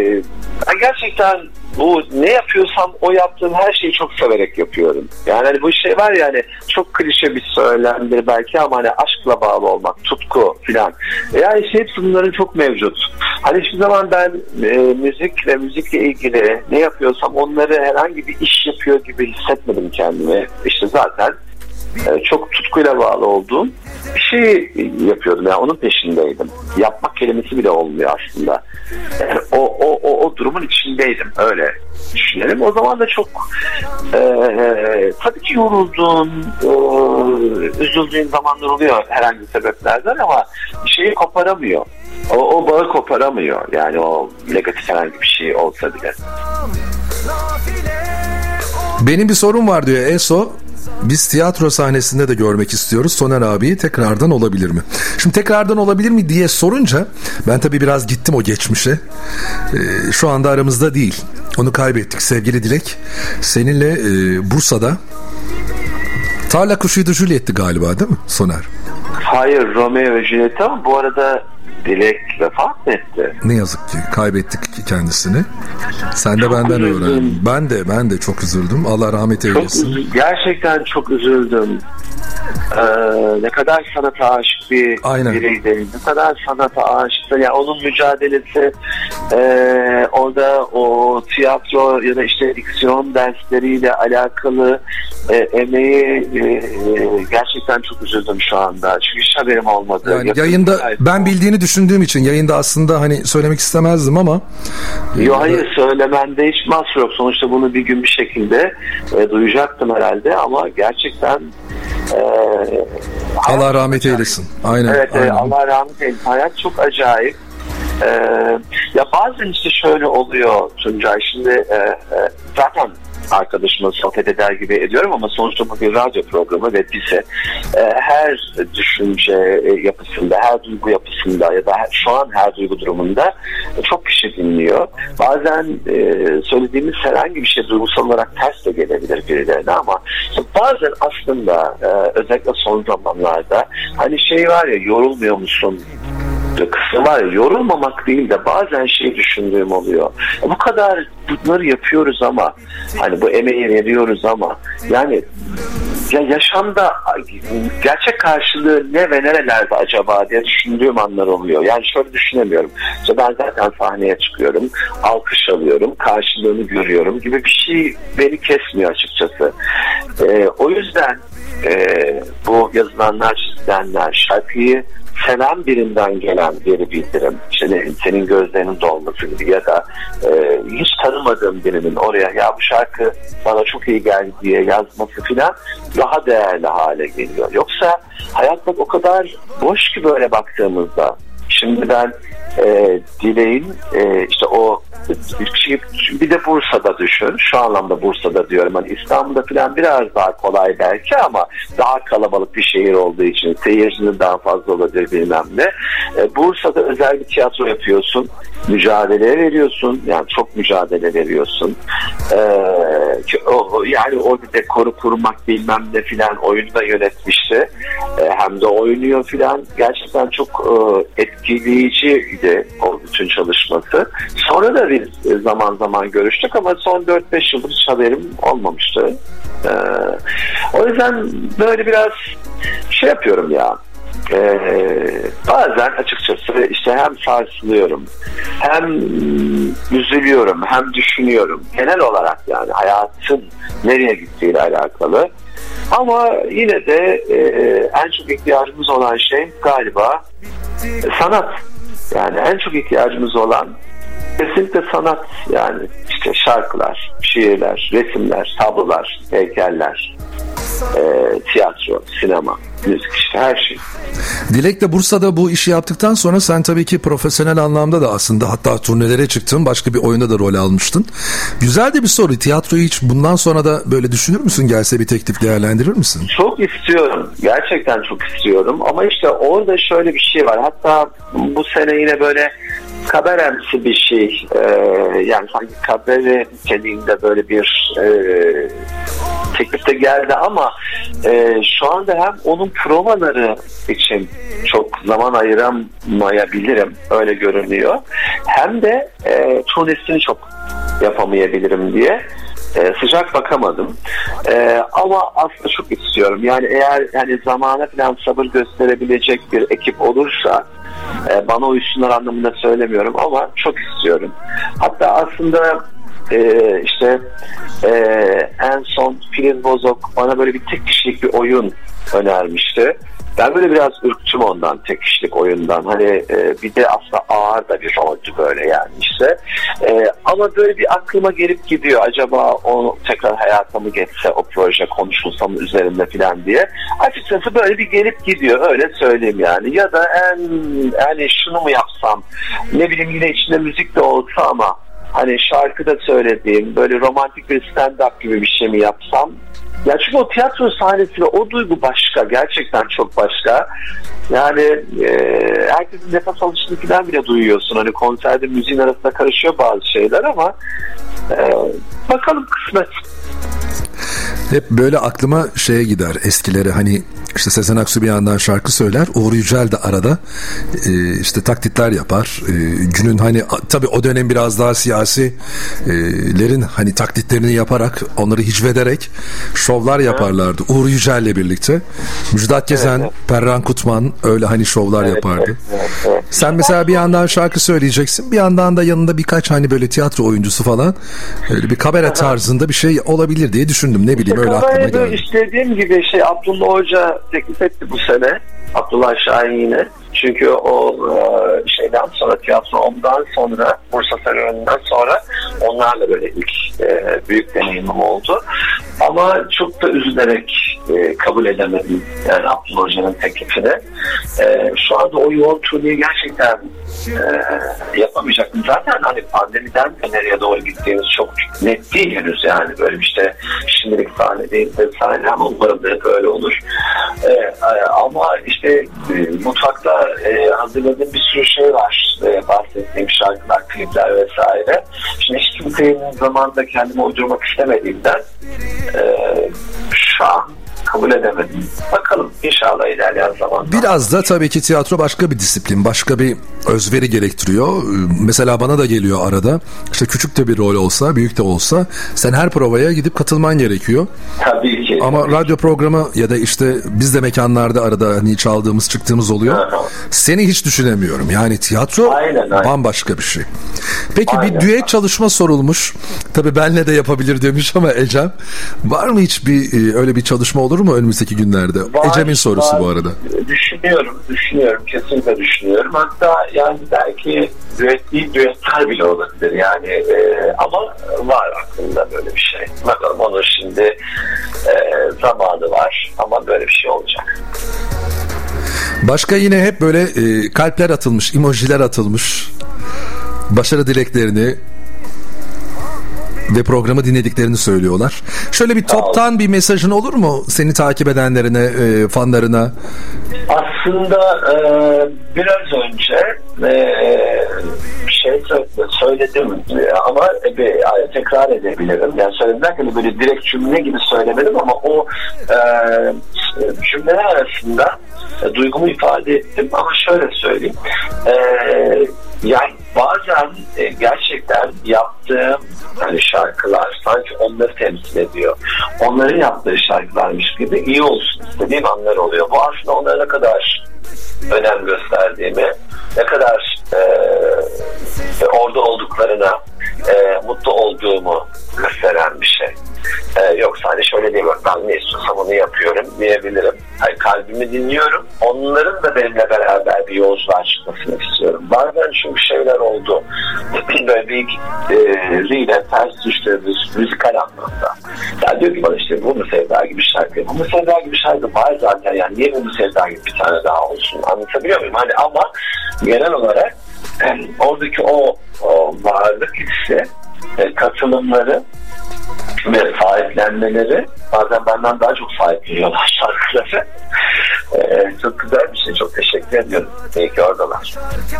gerçekten bu ne yapıyorsam o yaptığım her şeyi çok severek yapıyorum. Yani hani bu şey var ya, hani çok klişe bir söylemdir belki ama hani aşkla bağlı olmak, tutku filan. Yani işte hepsi bunların çok mevcut. Hani hiçbir zaman ben e, müzik ve müzikle ilgili ne yapıyorsam onları herhangi bir iş yapıyor gibi hissetmedim kendimi. İşte zaten e, çok tutkuyla bağlı olduğum bir şey yapıyordum. Yani onun peşindeydim. Yapmak kelimesi bile olmuyor aslında. Yani o, o, o, o durumun içindeydim. Öyle düşünelim. O zaman da çok e, tabii ki yoruldum, e, üzüldüğüm zamanlar oluyor herhangi sebeplerden ama bir şeyi koparamıyor. O, o bağı koparamıyor. Yani o negatif herhangi bir şey olsa bile. Benim bir sorum var diyor Eso. Biz tiyatro sahnesinde de görmek istiyoruz. Soner abiyi tekrardan olabilir mi? Şimdi tekrardan olabilir mi diye sorunca ben tabii biraz gittim o geçmişe. Ee, şu anda aramızda değil. Onu kaybettik sevgili Dilek. Seninle e, Bursa'da Tarla Kuşuydu Juliet'ti galiba değil mi Soner? Hayır, Romeo ve Juliet ama bu arada Dilek vefat etti. Ne yazık ki kaybettik kendisini. Sen de çok benden üzüldüm. Öğrendin. Ben de ben de çok üzüldüm. Allah rahmet eylesin. Çok, gerçekten çok üzüldüm. Ee, ne kadar sanata aşık bir biriydi. Ne kadar sanata aşıktı. Yani onun mücadelesi e, orada o tiyatro ya da işte diksiyon dersleriyle alakalı e, emeği e, gerçekten çok üzüldüm şu anda. Çünkü hiç haberim olmadı. Yani yayında ben bildiğini düşündüğüm için yayında aslında hani söylemek istemezdim ama. Yok hayır, söylemende hiç mahsur yok. Sonuçta bunu bir gün bir şekilde e, duyacaktım herhalde ama gerçekten e, Allah rahmet eylesin. Aynen. Evet, aynen. Allah rahmet eylesin. Hayat çok acayip. Ee, ya bazen işte şöyle oluyor Tuncay. Şimdi e, e, zaten arkadaşımla sohbet eder gibi ediyorum ama sonuçta bu bir radyo programı ve bize e, her düşünce yapısında, her duygu yapısında ya da her, şu an her duygu durumunda e, çok kişi dinliyor. Bazen e, söylediğimiz herhangi bir şey duygusal olarak ters de gelebilir birilerine ama işte bazen aslında e, özellikle son zamanlarda hani şey var ya, yorulmuyor musun? Kısım var ya, yorulmamak değil de bazen şey düşündüğüm oluyor. Bu kadar bunları yapıyoruz ama hani bu emeği veriyoruz ama yani ya yaşamda gerçek karşılığı ne ve nerelerde acaba diye düşündüğüm anlar oluyor. Yani şöyle düşünemiyorum. İşte ben zaten sahneye çıkıyorum, alkış alıyorum, karşılığını görüyorum gibi bir şey beni kesmiyor açıkçası. Ee, o yüzden e, bu yazılanlar, çizilenler, şarkıyı seven birinden gelen geri bildirim, işte senin gözlerinin dolması gibi ya da e, hiç tanımadığım birinin oraya ya bu şarkı bana çok iyi geldi diye yazması filan daha değerli hale geliyor. Yoksa hayatta o kadar boş ki böyle baktığımızda. Şimdi ben e, Dilek'in e, işte o bir de Bursa'da düşün. Şu anlamda Bursa'da diyorum. Hani İstanbul'da falan biraz daha kolay belki ama daha kalabalık bir şehir olduğu için seyircinin daha fazla olabilir bilmem ne. E, Bursa'da özel bir tiyatro yapıyorsun. Mücadele veriyorsun. Yani çok mücadele veriyorsun. E, o, yani o dekoru kurmak bilmem ne filan, oyunu da yönetmişti. E, hem de oynuyor filan. Gerçekten çok e, etkileyiciydi o bütün çalışması. Sonra da bir zaman zaman görüştük ama son dört beş yıldır hiç haberim olmamıştı. Ee, o yüzden böyle biraz şey yapıyorum ya. Ee, bazen açıkçası işte hem sarsılıyorum, hem üzülüyorum, hem düşünüyorum. Genel olarak yani hayatın nereye gittiğiyle alakalı. Ama yine de e, en çok ihtiyacımız olan şey galiba sanat. Yani en çok ihtiyacımız olan kesinlikle sanat, yani işte şarkılar, şiirler, resimler, tablolar, heykeller, e, tiyatro, sinema, müzik, işte her şey. Dilek de Bursa'da bu işi yaptıktan sonra sen tabii ki profesyonel anlamda da aslında hatta turnelere çıktın, başka bir oyunda da rol almıştın. Güzel de bir soru. Tiyatroyu hiç bundan sonra da böyle düşünür müsün? Gelse bir teklif değerlendirir misin? Çok istiyorum. Gerçekten çok istiyorum. Ama işte orada şöyle bir şey var. Hatta bu sene yine böyle kabaremsi bir şey. Ee, yani sanki kabare niteliğinde böyle bir e, teklif de geldi ama e, şu anda hem onun provaları için çok zaman ayıramayabilirim, öyle görünüyor. Hem de e, turnesini çok yapamayabilirim diye. E, sıcak bakamadım. E, ama aslında çok istiyorum. Yani eğer yani zamana falan sabır gösterebilecek bir ekip olursa, e, bana uysunlar anlamında söylemiyorum ama çok istiyorum. Hatta aslında e, işte e, en son Filiz Bozok bana böyle bir tek kişilik bir oyun önermişti. Ben böyle biraz ürktüm ondan, tek kişilik oyundan. Hani e, bir de aslında ağır da bir roldü böyle yani işte. E, ama böyle bir aklıma gelip gidiyor. Acaba o tekrar hayata mı geçse, o proje konuşulsa mı üzerinde falan diye. Açıkçası böyle bir gelip gidiyor, öyle söyleyeyim yani. Ya da en yani şunu mu yapsam, ne bileyim yine içinde müzik de olsa ama hani şarkıda söylediğim böyle romantik bir stand-up gibi bir şey mi yapsam? Ya çünkü o tiyatro sahnesi ve o duygu başka, gerçekten çok başka. Yani e, herkesin nefes alışını falan bile duyuyorsun. Hani konserde müziğin arasında karışıyor bazı şeyler ama e, bakalım kısmet. Hep böyle aklıma şeye gider eskileri, hani işte Sezen Aksu bir yandan şarkı söyler, Uğur Yücel de arada e, işte taklitler yapar. E, günün hani tabii o dönem biraz daha siyasilerin hani taklitlerini yaparak, onları hicvederek şovlar yaparlardı. Uğur Yücel'le birlikte. Müjdat Gezen, evet, evet. Perran Kutman öyle hani şovlar evet, yapardı. Evet, evet, evet. Sen mesela bir yandan şarkı söyleyeceksin, bir yandan da yanında birkaç hani böyle tiyatro oyuncusu falan, öyle bir kabare tarzında bir şey olabilir diye düşündüm. Ne bileyim, öyle aklıma geldi. İstediğim gibi şey Abdullah Hoca teklif etti bu sene. Abdullah Şahin yine. Çünkü o şeyden sonra, tiyatro ondan sonra, Bursa Sarayı'ndan sonra onlarla böyle ilk e, büyük deneyimim oldu. Ama çok da üzülerek e, kabul edemedim yani Abdullah Hoca'nın teklifini. E, şu anda o yoğun turneyi gerçekten e, yapamayacaktım. Zaten hani pandemiden nereye doğru gittiğimiz çok net değil henüz yani. Böyle işte şimdilik sahne değil vesaire ama umarım da hep öyle olur. E, ama işte e, mutfakta e, hazırladığım bir sürü şey var. E, bahsettiğim şarkılar, klipler vesaire. Şimdi hiç kimsenin zamanında kendime uydurmak istemediğimden e, şu an kabul edemedim. Bakalım inşallah ilerleyen zamanda. Biraz da tabii ki tiyatro başka bir disiplin, başka bir özveri gerektiriyor. Mesela bana da geliyor arada. İşte küçük de bir rol olsa, büyük de olsa sen her provaya gidip katılman gerekiyor. Tabii ki. Ama radyo programı ya da işte biz de mekanlarda arada hani çaldığımız, çıktığımız oluyor. Aha. Seni hiç düşünemiyorum. Yani tiyatro aynen, aynen. bambaşka bir şey. Peki aynen. Bir düet çalışma sorulmuş. Tabii benle de yapabilir demiş ama Ecem. Var mı hiç bir öyle bir çalışma olur mu önümüzdeki günlerde? Var, Ecem'in sorusu var. Bu arada. Düşünüyorum, düşünüyorum. Kesinlikle düşünüyorum. Hatta yani belki düet değil, düetler bile olabilir. Yani e, ama var aklımda böyle bir şey. Bakalım onun şimdi e, zamanı var ama böyle bir şey olacak. Başka yine hep böyle e, kalpler atılmış, emojiler atılmış. Başarı dileklerini ve programı dinlediklerini söylüyorlar. Şöyle bir toptan bir mesajın olur mu seni takip edenlerine, e, fanlarına? Aslında e, biraz önce e, şey söyledim ama e, tekrar edebilirim. Yani söyledim derken böyle direkt cümle gibi söylemedim ama o e, cümleler arasında e, duygumu ifade ettim ama şöyle söyleyeyim. E, yani bazen e, gerçekten yaptığım hani şarkılar sanki onları temsil ediyor. Onların yaptığı şarkılarmış gibi iyi olsun istediğim anlar oluyor. Bu aslında onlara ne kadar önem gösterdiğimi, ne kadar e, orada olduklarına e, mutlu olduğumu gösteren bir şey. Ee, yoksa hani şöyle değil, ben ne istiyorsam onu yapıyorum diyebilirim. Hani kalbimi dinliyorum. Onların da benimle beraber bir yolculuğa çıkmasını istiyorum. Bazen çünkü şeyler oldu. Böyle bir biriyle ters düştüğümüz müzikal anlamda. Yani diyor ki bana işte bu mu Sevda gibi şarkı. Bu mu Sevda gibi şarkı var zaten, yani niye bu mu Sevda gibi bir tane daha olsun. Anlatabiliyor muyum? Hani ama genel olarak yani oradaki o, o varlık hissi, e, katılımları ve sahiplenmeleri, bazen benden daha çok sahipleniyorlar şarkıları. Ee, çok güzel bir şey. Çok teşekkür ediyorum. İyi ki oradalar.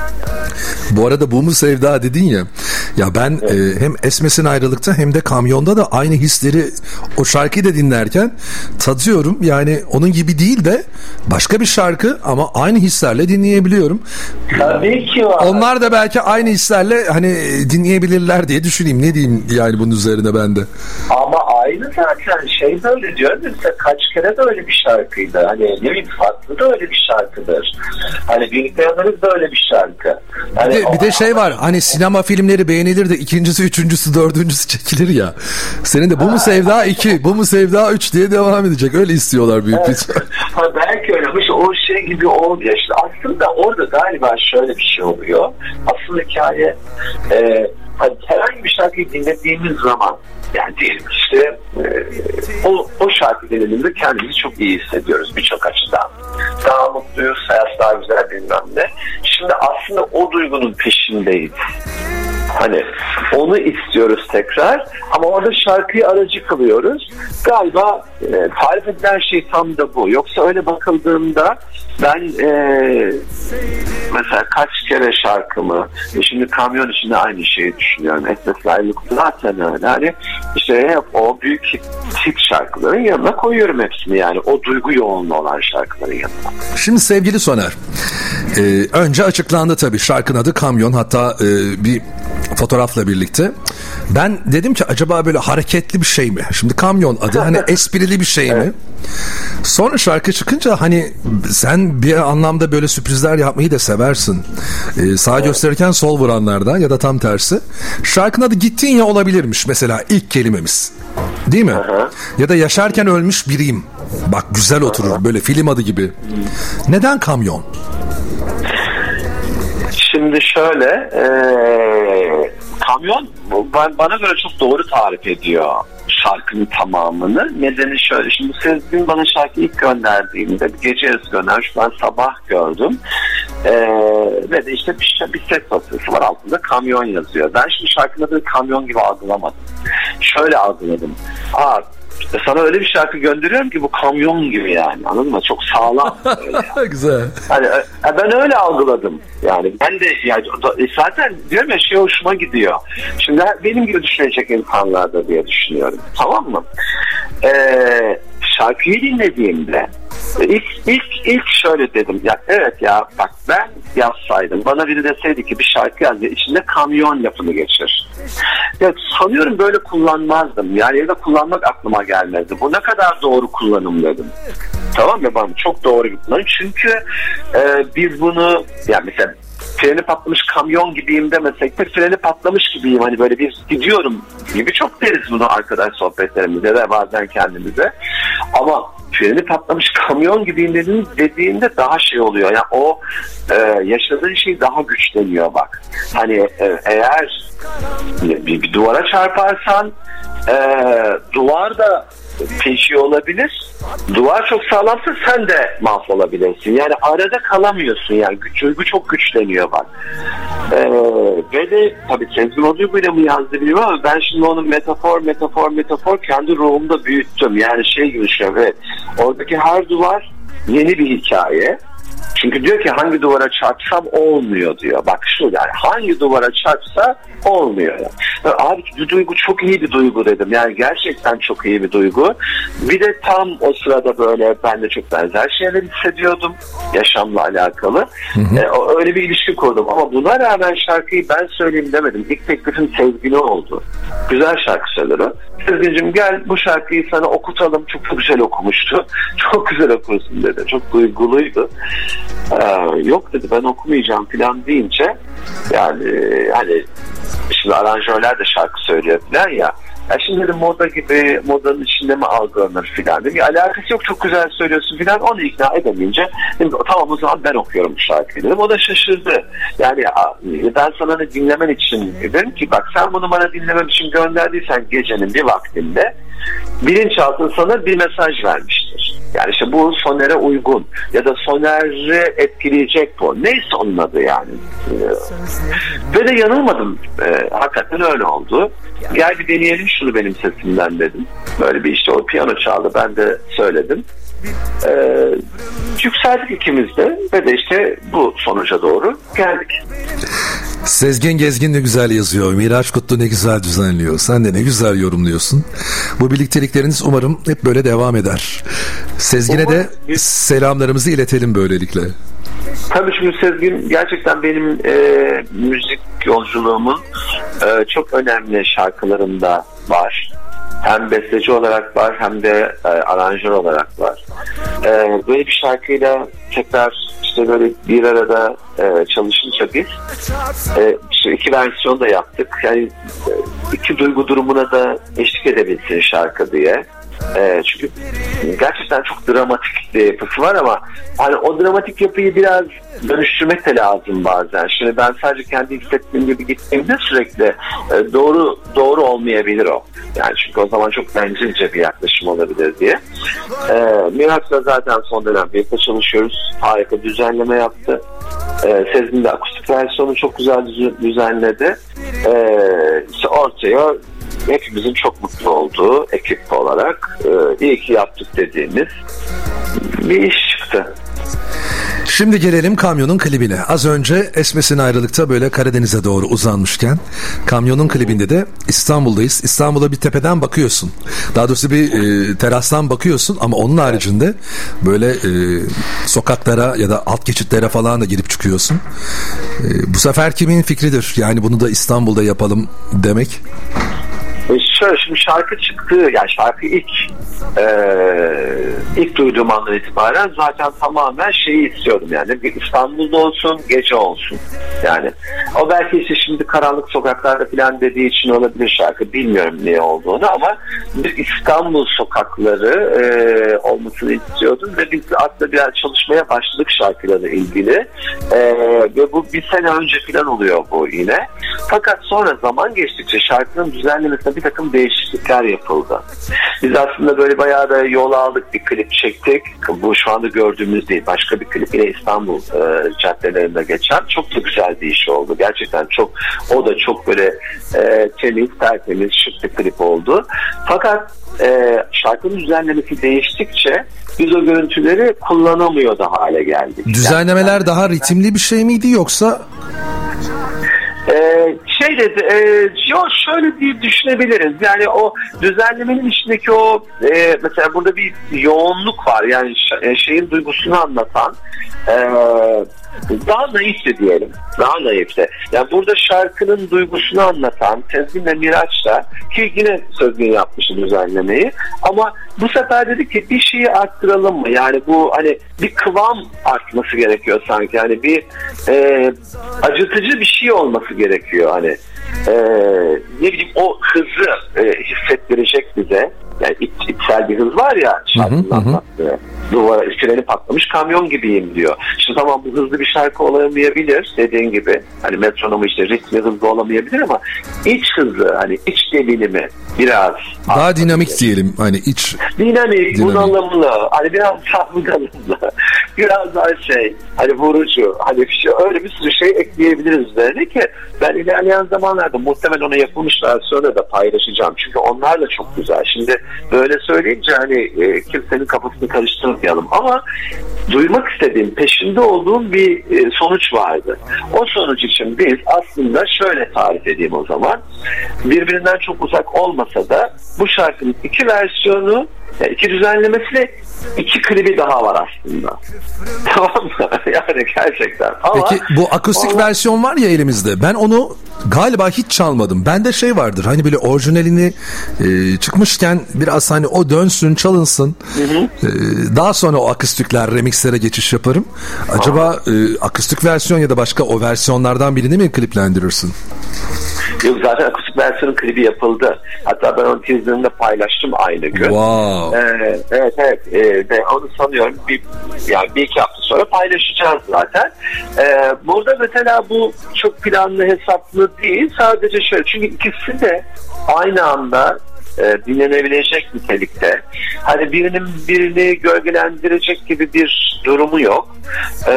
Bu arada bu mu sevda dedin ya. Ya ben evet. e, hem Esmes'in Ayrılık'ta hem de Kamyon'da da aynı hisleri o şarkıyı da dinlerken tadıyorum. Yani onun gibi değil de başka bir şarkı ama aynı hislerle dinleyebiliyorum. Tabii ki var. Onlar da belki aynı hislerle hani dinleyebilirler diye düşüneyim. Ne diyeyim yani bunun üzerine ben de. Ama aynı zaten şey böyle diyorum mesela kaç kere de öyle bir şarkıydı. Hani ne bileyim farklı da öyle bir şarkıdır. Hani Birlikte Yanarız da öyle bir şarkı. Hani bir de, bir de şey var hani sinema filmleri beğenilir de ikincisi, üçüncüsü, dördüncüsü çekilir ya. Senin de bu mu Sevda iki, bu mu Sevda üç diye devam edecek. Öyle istiyorlar büyük bir ihtimal. Ha, belki öyle ama işte o şey gibi olmuyor. İşte aslında orada galiba şöyle bir şey oluyor. Asıl hikaye e, hani herhangi bir şarkıyı dinlediğimiz zaman yani diyelim işte e, o, o şarkı dinlediğimizde kendimizi çok iyi hissediyoruz birçok açıdan. Daha mutluyuz, hayat daha güzel bilmem ne. Şimdi aslında o duygunun peşindeyiz. Hani onu istiyoruz tekrar ama orada şarkıyı aracı kılıyoruz. Galiba e, tarif edilen şey tam da bu. Yoksa öyle bakıldığında ben e, mesela kaç kere şarkımı e, şimdi Kamyon içinde aynı şeyi düşünüyorum. Esmes'in Ayrılık'ta zaten öyle. Hani işte hep o büyük hit, hit şarkıların yanına koyuyorum hepsini yani. O duygu yoğunluğu olan şarkıların yanına. Şimdi sevgili Soner, e, önce açıklandı tabii şarkının adı Kamyon, hatta e, bir fotoğrafla birlikte. Ben dedim ki acaba böyle hareketli bir şey mi? Şimdi Kamyon adı hani esprili bir şey mi? Sonra şarkı çıkınca hani sen bir anlamda böyle sürprizler yapmayı da seversin. Ee, sağ gösterirken sol vuranlardan ya da tam tersi. Şarkının adı Gittin Ya olabilirmiş mesela ilk kelimemiz. Değil mi? Aha. Ya da Yaşarken Ölmüş Biriyim. Bak güzel oturur. Aha. Böyle film adı gibi. Neden Kamyon? Şimdi şöyle ee, Kamyon bana göre çok doğru tarif ediyor şarkının tamamını. Nedeni şöyle. Şimdi Sezgin bana şarkıyı ilk gönderdiğinde bir gece yarısı göndermiş. Ben sabah gördüm. Ee, ve de işte bir, bir ses basısı var altında. Kamyon yazıyor. Ben şimdi şarkının adını kamyon gibi algılamadım. Şöyle algıladım. Aa, sana öyle bir şarkı gönderiyorum ki bu kamyon gibi yani, anladın mı? Çok sağlam. Yani. Güzel. Hani ben öyle algıladım. Yani ben de yani zaten diyorum ya şey hoşuma gidiyor. Şimdi benim gibi düşünecek insanlar da diye düşünüyorum. Tamam mı? Ee, şarkıyı dinlediğimde ilk ilk ilk şöyle dedim. Ya evet ya bak ben yazsaydım. Bana biri deseydi ki bir şarkı yaz, içinde kamyon lafını geçir. Ya sanıyorum böyle kullanmazdım. Yani ya da kullanmak aklıma gelmezdi. Bu ne kadar doğru kullanım dedim. Tamam mı? Bana çok doğru bir kullanım. Çünkü e, biz bunu yani mesela freni patlamış kamyon gibiyim demesek de freni patlamış gibiyim. Hani böyle bir gidiyorum gibi çok deriz bunu arkadaş sohbetlerimizde de bazen kendimize. Ama freni patlamış kamyon gibiyim dediğin, dediğinde daha şey oluyor. Yani o e, yaşadığın şey daha güçleniyor bak. Hani e, eğer bir, bir duvara çarparsan e, duvar da peşi olabilir. Duvar çok sağlamsa sen de mahvolabilirsin. Yani arada kalamıyorsun yani. Duygu çok güçleniyor bak. Ee, ve de tabii Sezgin o duyguyla mı yazdı bilmiyorum ama ben şimdi onu metafor metafor metafor kendi ruhumda büyüttüm. Yani şey gibi şey, evet. Oradaki her duvar yeni bir hikaye. Çünkü diyor ki hangi duvara çarpsam olmuyor diyor. Bak şu yani hangi duvara çarpsa olmuyor. Yani. Abi bu duygu çok iyi bir duygu dedim. Yani gerçekten çok iyi bir duygu. Bir de tam o sırada böyle ben de çok benzer şeyler hissediyordum. Yaşamla alakalı. Hı hı. Ee, öyle bir ilişki kurdum. Ama buna rağmen şarkıyı ben söyleyeyim demedim. İlk teklifim Sezgin'e oldu. Güzel şarkı söyler o. Sezgin'cim gel bu şarkıyı sana okutalım. Çok güzel okumuştu. Çok güzel okursun dedi. Çok duyguluydu. Ee, yok dedi ben okumayacağım falan deyince yani hani şimdi aranjörler de şarkı söylüyor falan ya. Ya şimdi dedim moda gibi modanın içinde mi algılanır filan dedim. Ya alakası yok çok güzel söylüyorsun filan onu ikna edemeyince dedim, tamam o zaman ben okuyorum bu şarkıyı dedim. O da şaşırdı. Yani ben sana ne dinlemen için dedim ki bak sen bunu bana dinlemem için gönderdiysen gecenin bir vaktinde bilinçaltın sana bir mesaj vermiştir. Yani işte bu Soner'e uygun ya da Soner'i etkileyecek bu. Neyse onun adı yani. Ve de yanılmadım. Ee, hakikaten öyle oldu. Gel bir deneyelim şunu benim sesimden dedim. Böyle bir işte o piyano çaldı. Ben de söyledim. Ee, yükseldik ikimiz de ve de işte bu sonuca doğru geldik. Sezgin Gezgin de güzel yazıyor. Miraç Kutlu ne güzel düzenliyor. Sen de ne güzel yorumluyorsun. Bu birliktelikleriniz umarım hep böyle devam eder. Sezgin'e de selamlarımızı iletelim böylelikle. Tabii çünkü Sezgin gerçekten benim e, müzik yolculuğumun e, çok önemli şarkılarında var. Hem besteci olarak var hem de e, aranjör olarak var. E, böyle bir şarkıyla tekrar işte böyle bir arada e, çalışınca biz e, işte iki versiyon da yaptık. Yani e, iki duygu durumuna da eşlik edebilsin şarkı diye. E, çünkü gerçekten çok dramatik bir yapısı var ama hani o dramatik yapıyı biraz dönüştürmek de lazım bazen. Şimdi ben sadece kendi hissettiğim gibi gittiğimde sürekli e, doğru doğru olmayabilir o. Yani çünkü o zaman çok bencilce bir yaklaşım olabilir diye. E, Miraç'la zaten son dönem birlikte çalışıyoruz. Harika düzenleme yaptı. E, Sezgin de akustik versiyonu çok güzel düzenledi. E, işte ortaya hepimizin çok mutlu olduğu ekip olarak e, iyi ki yaptık dediğimiz bir iş çıktı. Şimdi gelelim Kamyon'un klibine. Az önce Esmes'in ayrılıkta böyle Karadeniz'e doğru uzanmışken Kamyon'un klibinde de İstanbul'dayız. İstanbul'a bir tepeden bakıyorsun. Daha doğrusu bir e, terastan bakıyorsun ama onun haricinde böyle e, sokaklara ya da alt geçitlere falan da girip çıkıyorsun. E, bu sefer kimin fikridir? Yani bunu da İstanbul'da yapalım demek. Şöyle şimdi şarkı çıktı, yani şarkı ilk e, ilk duyduğum andan itibaren zaten tamamen şeyi istiyordum yani bir İstanbul'da olsun, gece olsun yani o belki işte şimdi karanlık sokaklarda falan dediği için olabilir şarkı, bilmiyorum niye olduğunu ama bir İstanbul sokakları e, olmasını istiyordum ve biz aslında biraz çalışmaya başladık şarkılarla ilgili e, ve bu bir sene önce falan oluyor bu yine, fakat sonra zaman geçtikçe şarkının düzenlemesine bir takım değişiklikler yapıldı. Biz aslında böyle bayağı da yol aldık, bir klip çektik. Bu şu anda gördüğümüz değil, başka bir klip yine İstanbul e, caddelerinde geçen çok da güzel bir iş oldu. Gerçekten çok, o da çok böyle e, temiz, tertemiz, şık bir klip oldu. Fakat e, şarkının düzenlemesi değiştikçe biz o görüntüleri kullanamıyor da hale geldik. Düzenlemeler yani, daha ritimli bir şey miydi yoksa? Ee, şey dedi, e, yo şöyle diye düşünebiliriz. Yani o düzenlemenin içindeki o e, mesela burada bir yoğunluk var. Yani şeyin duygusunu anlatan e, daha naifti diyelim. Daha naifti. Yani burada şarkının duygusunu anlatan Sezgin'le Miraç'la, ki yine Sezgin yapmıştı düzenlemeyi, ama bu sefer dedik ki bir şeyi arttıralım mı? Yani bu hani bir kıvam artması gerekiyor sanki. Yani bir e, acıtıcı bir şey olması gerekiyor hani. E, ne bileyim o hızı e, hissettirecek bize. Yani iç, içsel bir hız var ya şarkının anlattığı. Duvara freni patlamış kamyon gibiyim diyor. Şimdi tamam bu hızlı bir şarkı olamayabilir dediğin gibi. Hani metronomu işte ritmi hızlı olamayabilir ama iç hızı, hani iç devinimi biraz daha dinamik gelir diyelim. Hani iç dinamik, bunalımlı, hani biraz savunalımlı, biraz daha şey, hani vurucu, hani bir şey, öyle bir sürü şey ekleyebiliriz üzerine ki ben ilerleyen zamanlarda muhtemelen ona yapılmış versiyonu da paylaşacağım. Çünkü onlar da çok güzel. Şimdi böyle söyleyince hani e, kimsenin kafasını karıştırmayalım ama duymak istediğim, peşinde olduğum bir e, sonuç vardı. O sonuç için biz aslında şöyle tarif edeyim o zaman. Birbirinden çok uzak olmasa da bu şarkının iki versiyonu, yani iki düzenlemesiyle iki klibi daha var aslında. Tamam mı? Yani gerçekten. Ama peki bu akustik ona... versiyon var ya elimizde. Ben onu galiba hiç çalmadım. Bende şey vardır. Hani böyle orijinalini e, çıkmışken biraz hani o dönsün, çalınsın. Hı hı. E, daha sonra o akustikler, remixlere geçiş yaparım. Acaba e, akustik versiyon ya da başka o versiyonlardan birini mi kliplendirirsin? Yok, zaten akustik versiyonun klibi yapıldı. Hatta ben onu teaser'ında paylaştım aynı gün. Wow. Ee, evet evet. Ee, ve onu sanıyorum bir, yani bir iki hafta sonra paylaşacağız zaten. Ee, burada mesela bu çok planlı, hesaplı değil. Sadece şöyle, çünkü ikisi de aynı anda e, dinlenebilecek nitelikte. Hani birinin birini gölgelendirecek gibi bir durumu yok. E,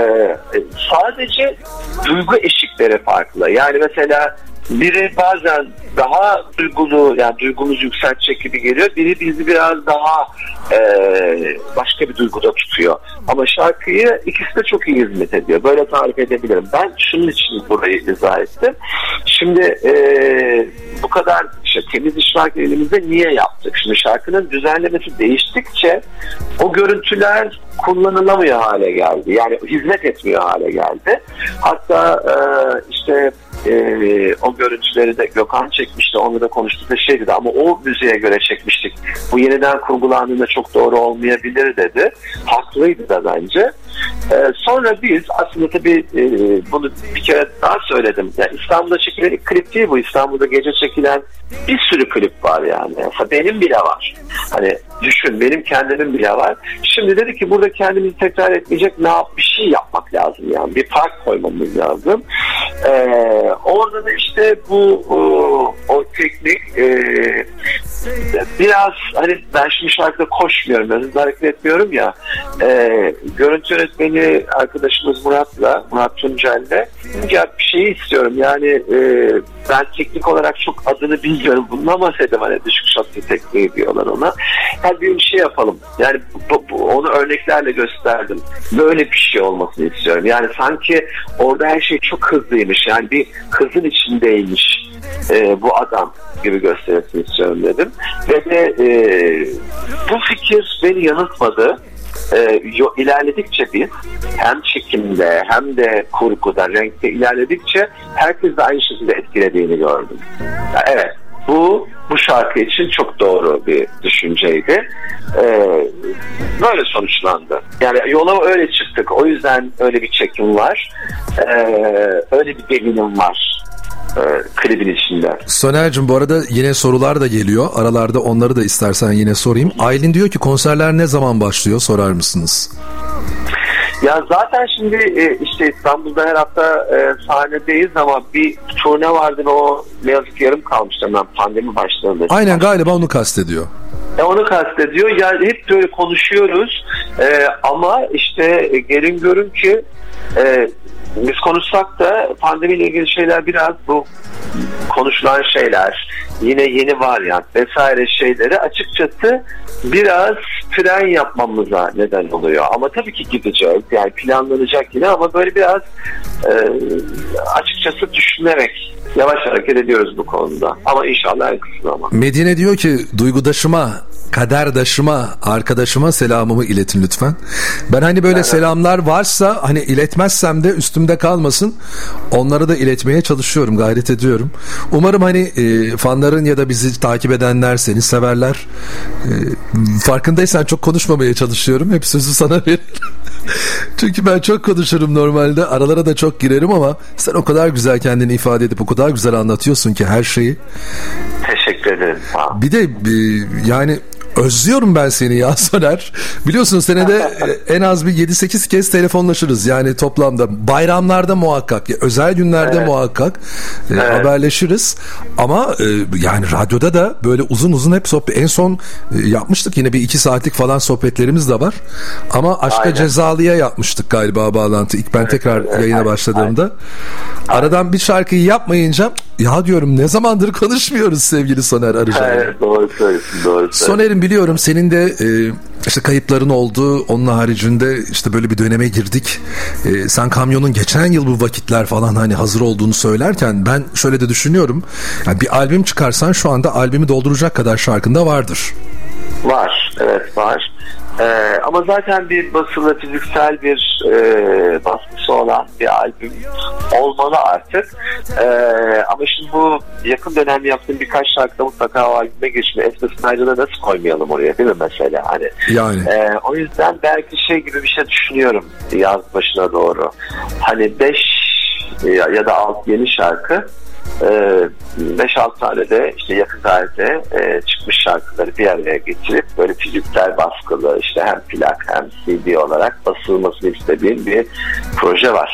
sadece duygu eşikleri farklı. Yani mesela biri bazen daha duygulu, yani duygumuzu yükseltecek gibi geliyor. Biri bizi biraz daha e, başka bir duyguda tutuyor. Ama şarkıyı ikisi de çok iyi hizmet ediyor. Böyle tarif edebilirim. Ben şunun için burayı izah ettim. Şimdi e, bu kadar işte temiz iş varken elimizde niye yaptık? Şimdi şarkının düzenlemesi değiştikçe o görüntüler kullanılamıyor hale geldi. Yani hizmet etmiyor hale geldi. Hatta e, işte e, o görüntüleri de Gökhan çekmişti. Onunla da konuştuk da şey dedi, ama o müziğe göre çekmiştik. Bu yeniden kurgulandığında çok doğru olmayabilir dedi. Haklıydı da bence. Ee, sonra biz aslında tabii e, bunu bir kere daha söyledim. Yani İstanbul'da çekilen ilk klip değil bu. İstanbul'da gece çekilen bir sürü klip var yani. Mesela benim bile var. Hani düşün, benim kendimin bile var. Şimdi dedi ki burada kendimizi tekrar etmeyecek ne yap bir şey yapmak lazım yani. Bir park koymamız lazım. Ee, orada da işte bu o, o teknik e, biraz hani ben şimdi şarkıda koşmuyorum, hızlı hareket etmiyorum ya. E, görüntü yönetmeni arkadaşımız Murat'la, Murat Tuncel'le ya bir şeyi istiyorum yani e, ben teknik olarak çok adını bilmiyorum bunun ama dedim hani düşük şartlı tekniği diyorlar ona. Her bir şey yapalım. Yani bu, bu, onu örneklerle gösterdim. Böyle bir şey olmasını istiyorum. Yani sanki orada her şey çok hızlıymış. Yani bir hızın içindeymiş e, bu adam gibi göstermesini istiyorum dedim. Ve de e, bu fikir beni yanıltmadı. Ee, ilerledikçe biz hem çekimde hem de kurguda, renkte ilerledikçe herkes de aynı şekilde etkilediğini gördüm. Yani evet, bu bu şarkı için çok doğru bir düşünceydi. Ee, böyle sonuçlandı. Yani yola öyle çıktık. O yüzden öyle bir çekim var. Ee, öyle bir deminim var. E, klibin içinde. Soner'cim bu arada yine sorular da geliyor. Aralarda onları da istersen yine sorayım. Aylin diyor ki konserler ne zaman başlıyor, sorar mısınız? Ya zaten şimdi e, işte İstanbul'da her hafta e, sahnedeyiz ama bir turne vardı ve o ne yazık ki yarım kalmıştı hemen pandemi başlarında. Aynen, galiba onu kastediyor. E, onu kastediyor. Yani hep böyle konuşuyoruz e, ama işte gelin görün ki e, biz konuşsak da pandemiyle ilgili şeyler biraz bu konuşulan şeyler yine yeni varyant vesaire şeyleri açıkçası biraz fren yapmamıza neden oluyor. Ama tabii ki gideceğiz. Yani planlanacak yine ama böyle biraz e, açıkçası düşünerek yavaş hareket ediyoruz bu konuda. Ama inşallah en kısa zaman. Medine diyor ki duygudaşıma, kaderdaşıma, arkadaşıma selamımı iletin lütfen. Ben hani böyle evet. selamlar varsa hani iletmezsem de üstümde kalmasın. Onları da iletmeye çalışıyorum, gayret ediyorum. Umarım hani e, fanların ya da bizi takip edenler seni severler. E, farkındaysan çok konuşmamaya çalışıyorum. Hep sözü sana veririm. Çünkü ben çok konuşurum normalde. Aralara da çok girerim ama sen o kadar güzel kendini ifade edip o kadar güzel anlatıyorsun ki her şeyi. Teşekkür ederim. Bir de e, yani özlüyorum ben seni ya Soner. Biliyorsun senede en az bir yedi sekiz kez telefonlaşırız. Yani toplamda bayramlarda muhakkak, özel günlerde evet. muhakkak e, evet. haberleşiriz. Ama e, yani radyoda da böyle uzun uzun hep sohbet. En son e, yapmıştık yine bir iki saatlik falan sohbetlerimiz de var. Ama Aşka Aynen. Cezalı'ya yapmıştık galiba bağlantı. İlk ben tekrar evet. yayına başladığımda. Aynen. Aradan bir şarkıyı yapmayınca ya diyorum ne zamandır konuşmuyoruz sevgili Soner Arıcan. Evet, doğru söylüyorsun. Doğru Soner'im biliyorum senin de e, işte kayıpların oldu. Onun haricinde işte böyle bir döneme girdik. E, sen Kamyon'un geçen yıl bu vakitler falan hani hazır olduğunu söylerken ben şöyle de düşünüyorum. Yani bir albüm çıkarsan şu anda albümü dolduracak kadar şarkında vardır. Var. Evet var. Ee, ama zaten bir basılı fiziksel bir e, baskısı olan bir albüm olmalı artık. Ee, ama şimdi bu yakın dönemde yaptığım birkaç şarkıda mutlaka o albüme geçme. Esmes Nayda'da nasıl koymayalım oraya değil mi mesela? Hani, yani. E, o yüzden belki şey gibi bir şey düşünüyorum yaz başına doğru. Hani beş ya da altı yeni şarkı beş altı tane de işte yakın tarihte e, çıkmış şarkıları bir araya getirip böyle fiziksel baskılı işte hem plak hem C D olarak basılmasını istediğim bir proje var.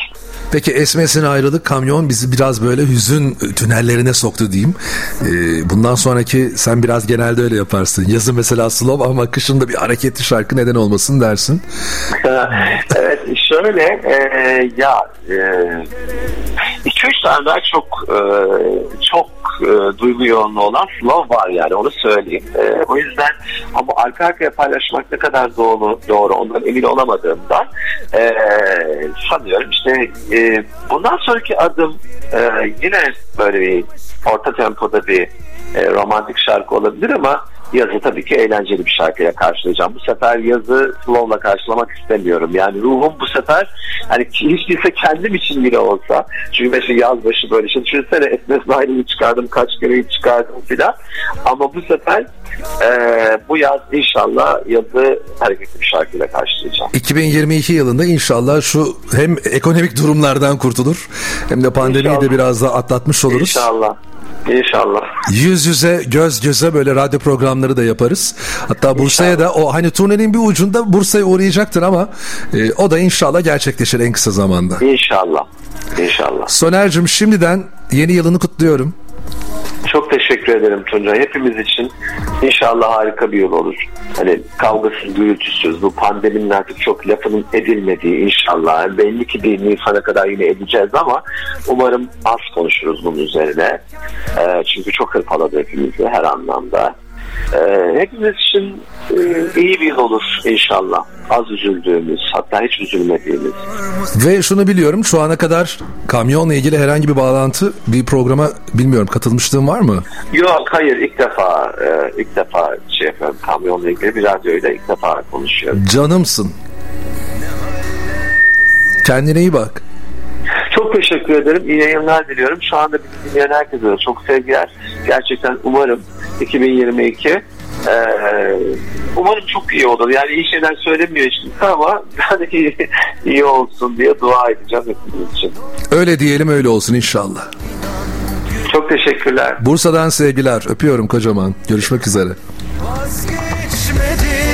Peki Esmes'in ayrılık kamyon bizi biraz böyle hüzün tünellerine soktu diyeyim. Ee, bundan sonraki sen biraz genelde öyle yaparsın. Yazın mesela slow ama kışın da bir hareketli şarkı neden olmasın dersin. Evet şöyle e, ya iki üç e, tane daha çok e, çok e, duygu yoğunluğu olan slow var yani onu söyleyeyim. E, o yüzden ama arka arkaya paylaşmak ne kadar doğru, doğru ondan emin olamadığımdan e, sanıyorum işte e, bundan sonraki adım e, yine böyle bir orta tempoda bir e, romantik şarkı olabilir ama yazı tabii ki eğlenceli bir şarkıyla karşılayacağım. Bu sefer yazı slow'la karşılamak istemiyorum. Yani ruhum bu sefer hani hiç değilse kendim için bile olsa. Çünkü mesela yaz başı böyle şey düşünsene Esmes Nail'i çıkardım, kaç kereyi çıkardım filan. Ama bu sefer e, bu yaz inşallah yazı hareketli bir şarkıyla karşılayacağım. iki bin yirmi iki yılında inşallah şu hem ekonomik durumlardan kurtulur hem de pandemiyi inşallah de biraz da atlatmış oluruz. İnşallah. İnşallah. Yüz yüze, göz göze böyle radyo programları da yaparız. Hatta Bursa'ya inşallah da o hani turnenin bir ucunda Bursa'ya uğrayacaktır ama e, o da inşallah gerçekleşir en kısa zamanda. İnşallah. İnşallah. Soner'cim şimdiden yeni yılını kutluyorum. Çok teşekkür ederim Tuncay. Hepimiz için inşallah harika bir yıl olur. Hani kavgasız, gürültüsüz, bu pandeminin artık çok lafının edilmediği inşallah. Belli ki bir Nisan'a kadar yine edeceğiz ama umarım az konuşuruz bunun üzerine. E, çünkü çok hırpaladı hepimizi her anlamda. E, hepimiz için e, iyi bir yıl olur inşallah. Az üzüldüğümüz, hatta hiç üzülmediğimiz. Ve şunu biliyorum, şu ana kadar kamyonla ilgili herhangi bir bağlantı, bir programa bilmiyorum katılmışlığın var mı? Yok, hayır, ilk defa e, ilk defa şey yapıyorum, kamyonla ilgili bir radyoyla ilk defa konuşuyorum. Canımsın. Kendine iyi bak. Çok teşekkür ederim. İyi yayınlar diliyorum. Şu anda bizi dinleyen herkese de çok sevgiler. Gerçekten umarım iki bin yirmi iki e, umarım çok iyi olur. Yani iyi şeyler söylemiyor işte ama hani iyi, iyi olsun diye dua edeceğim hepimiz için. Öyle diyelim, öyle olsun inşallah. Çok teşekkürler. Bursa'dan sevgiler. Öpüyorum kocaman. Görüşmek üzere. Vazgeçmedim.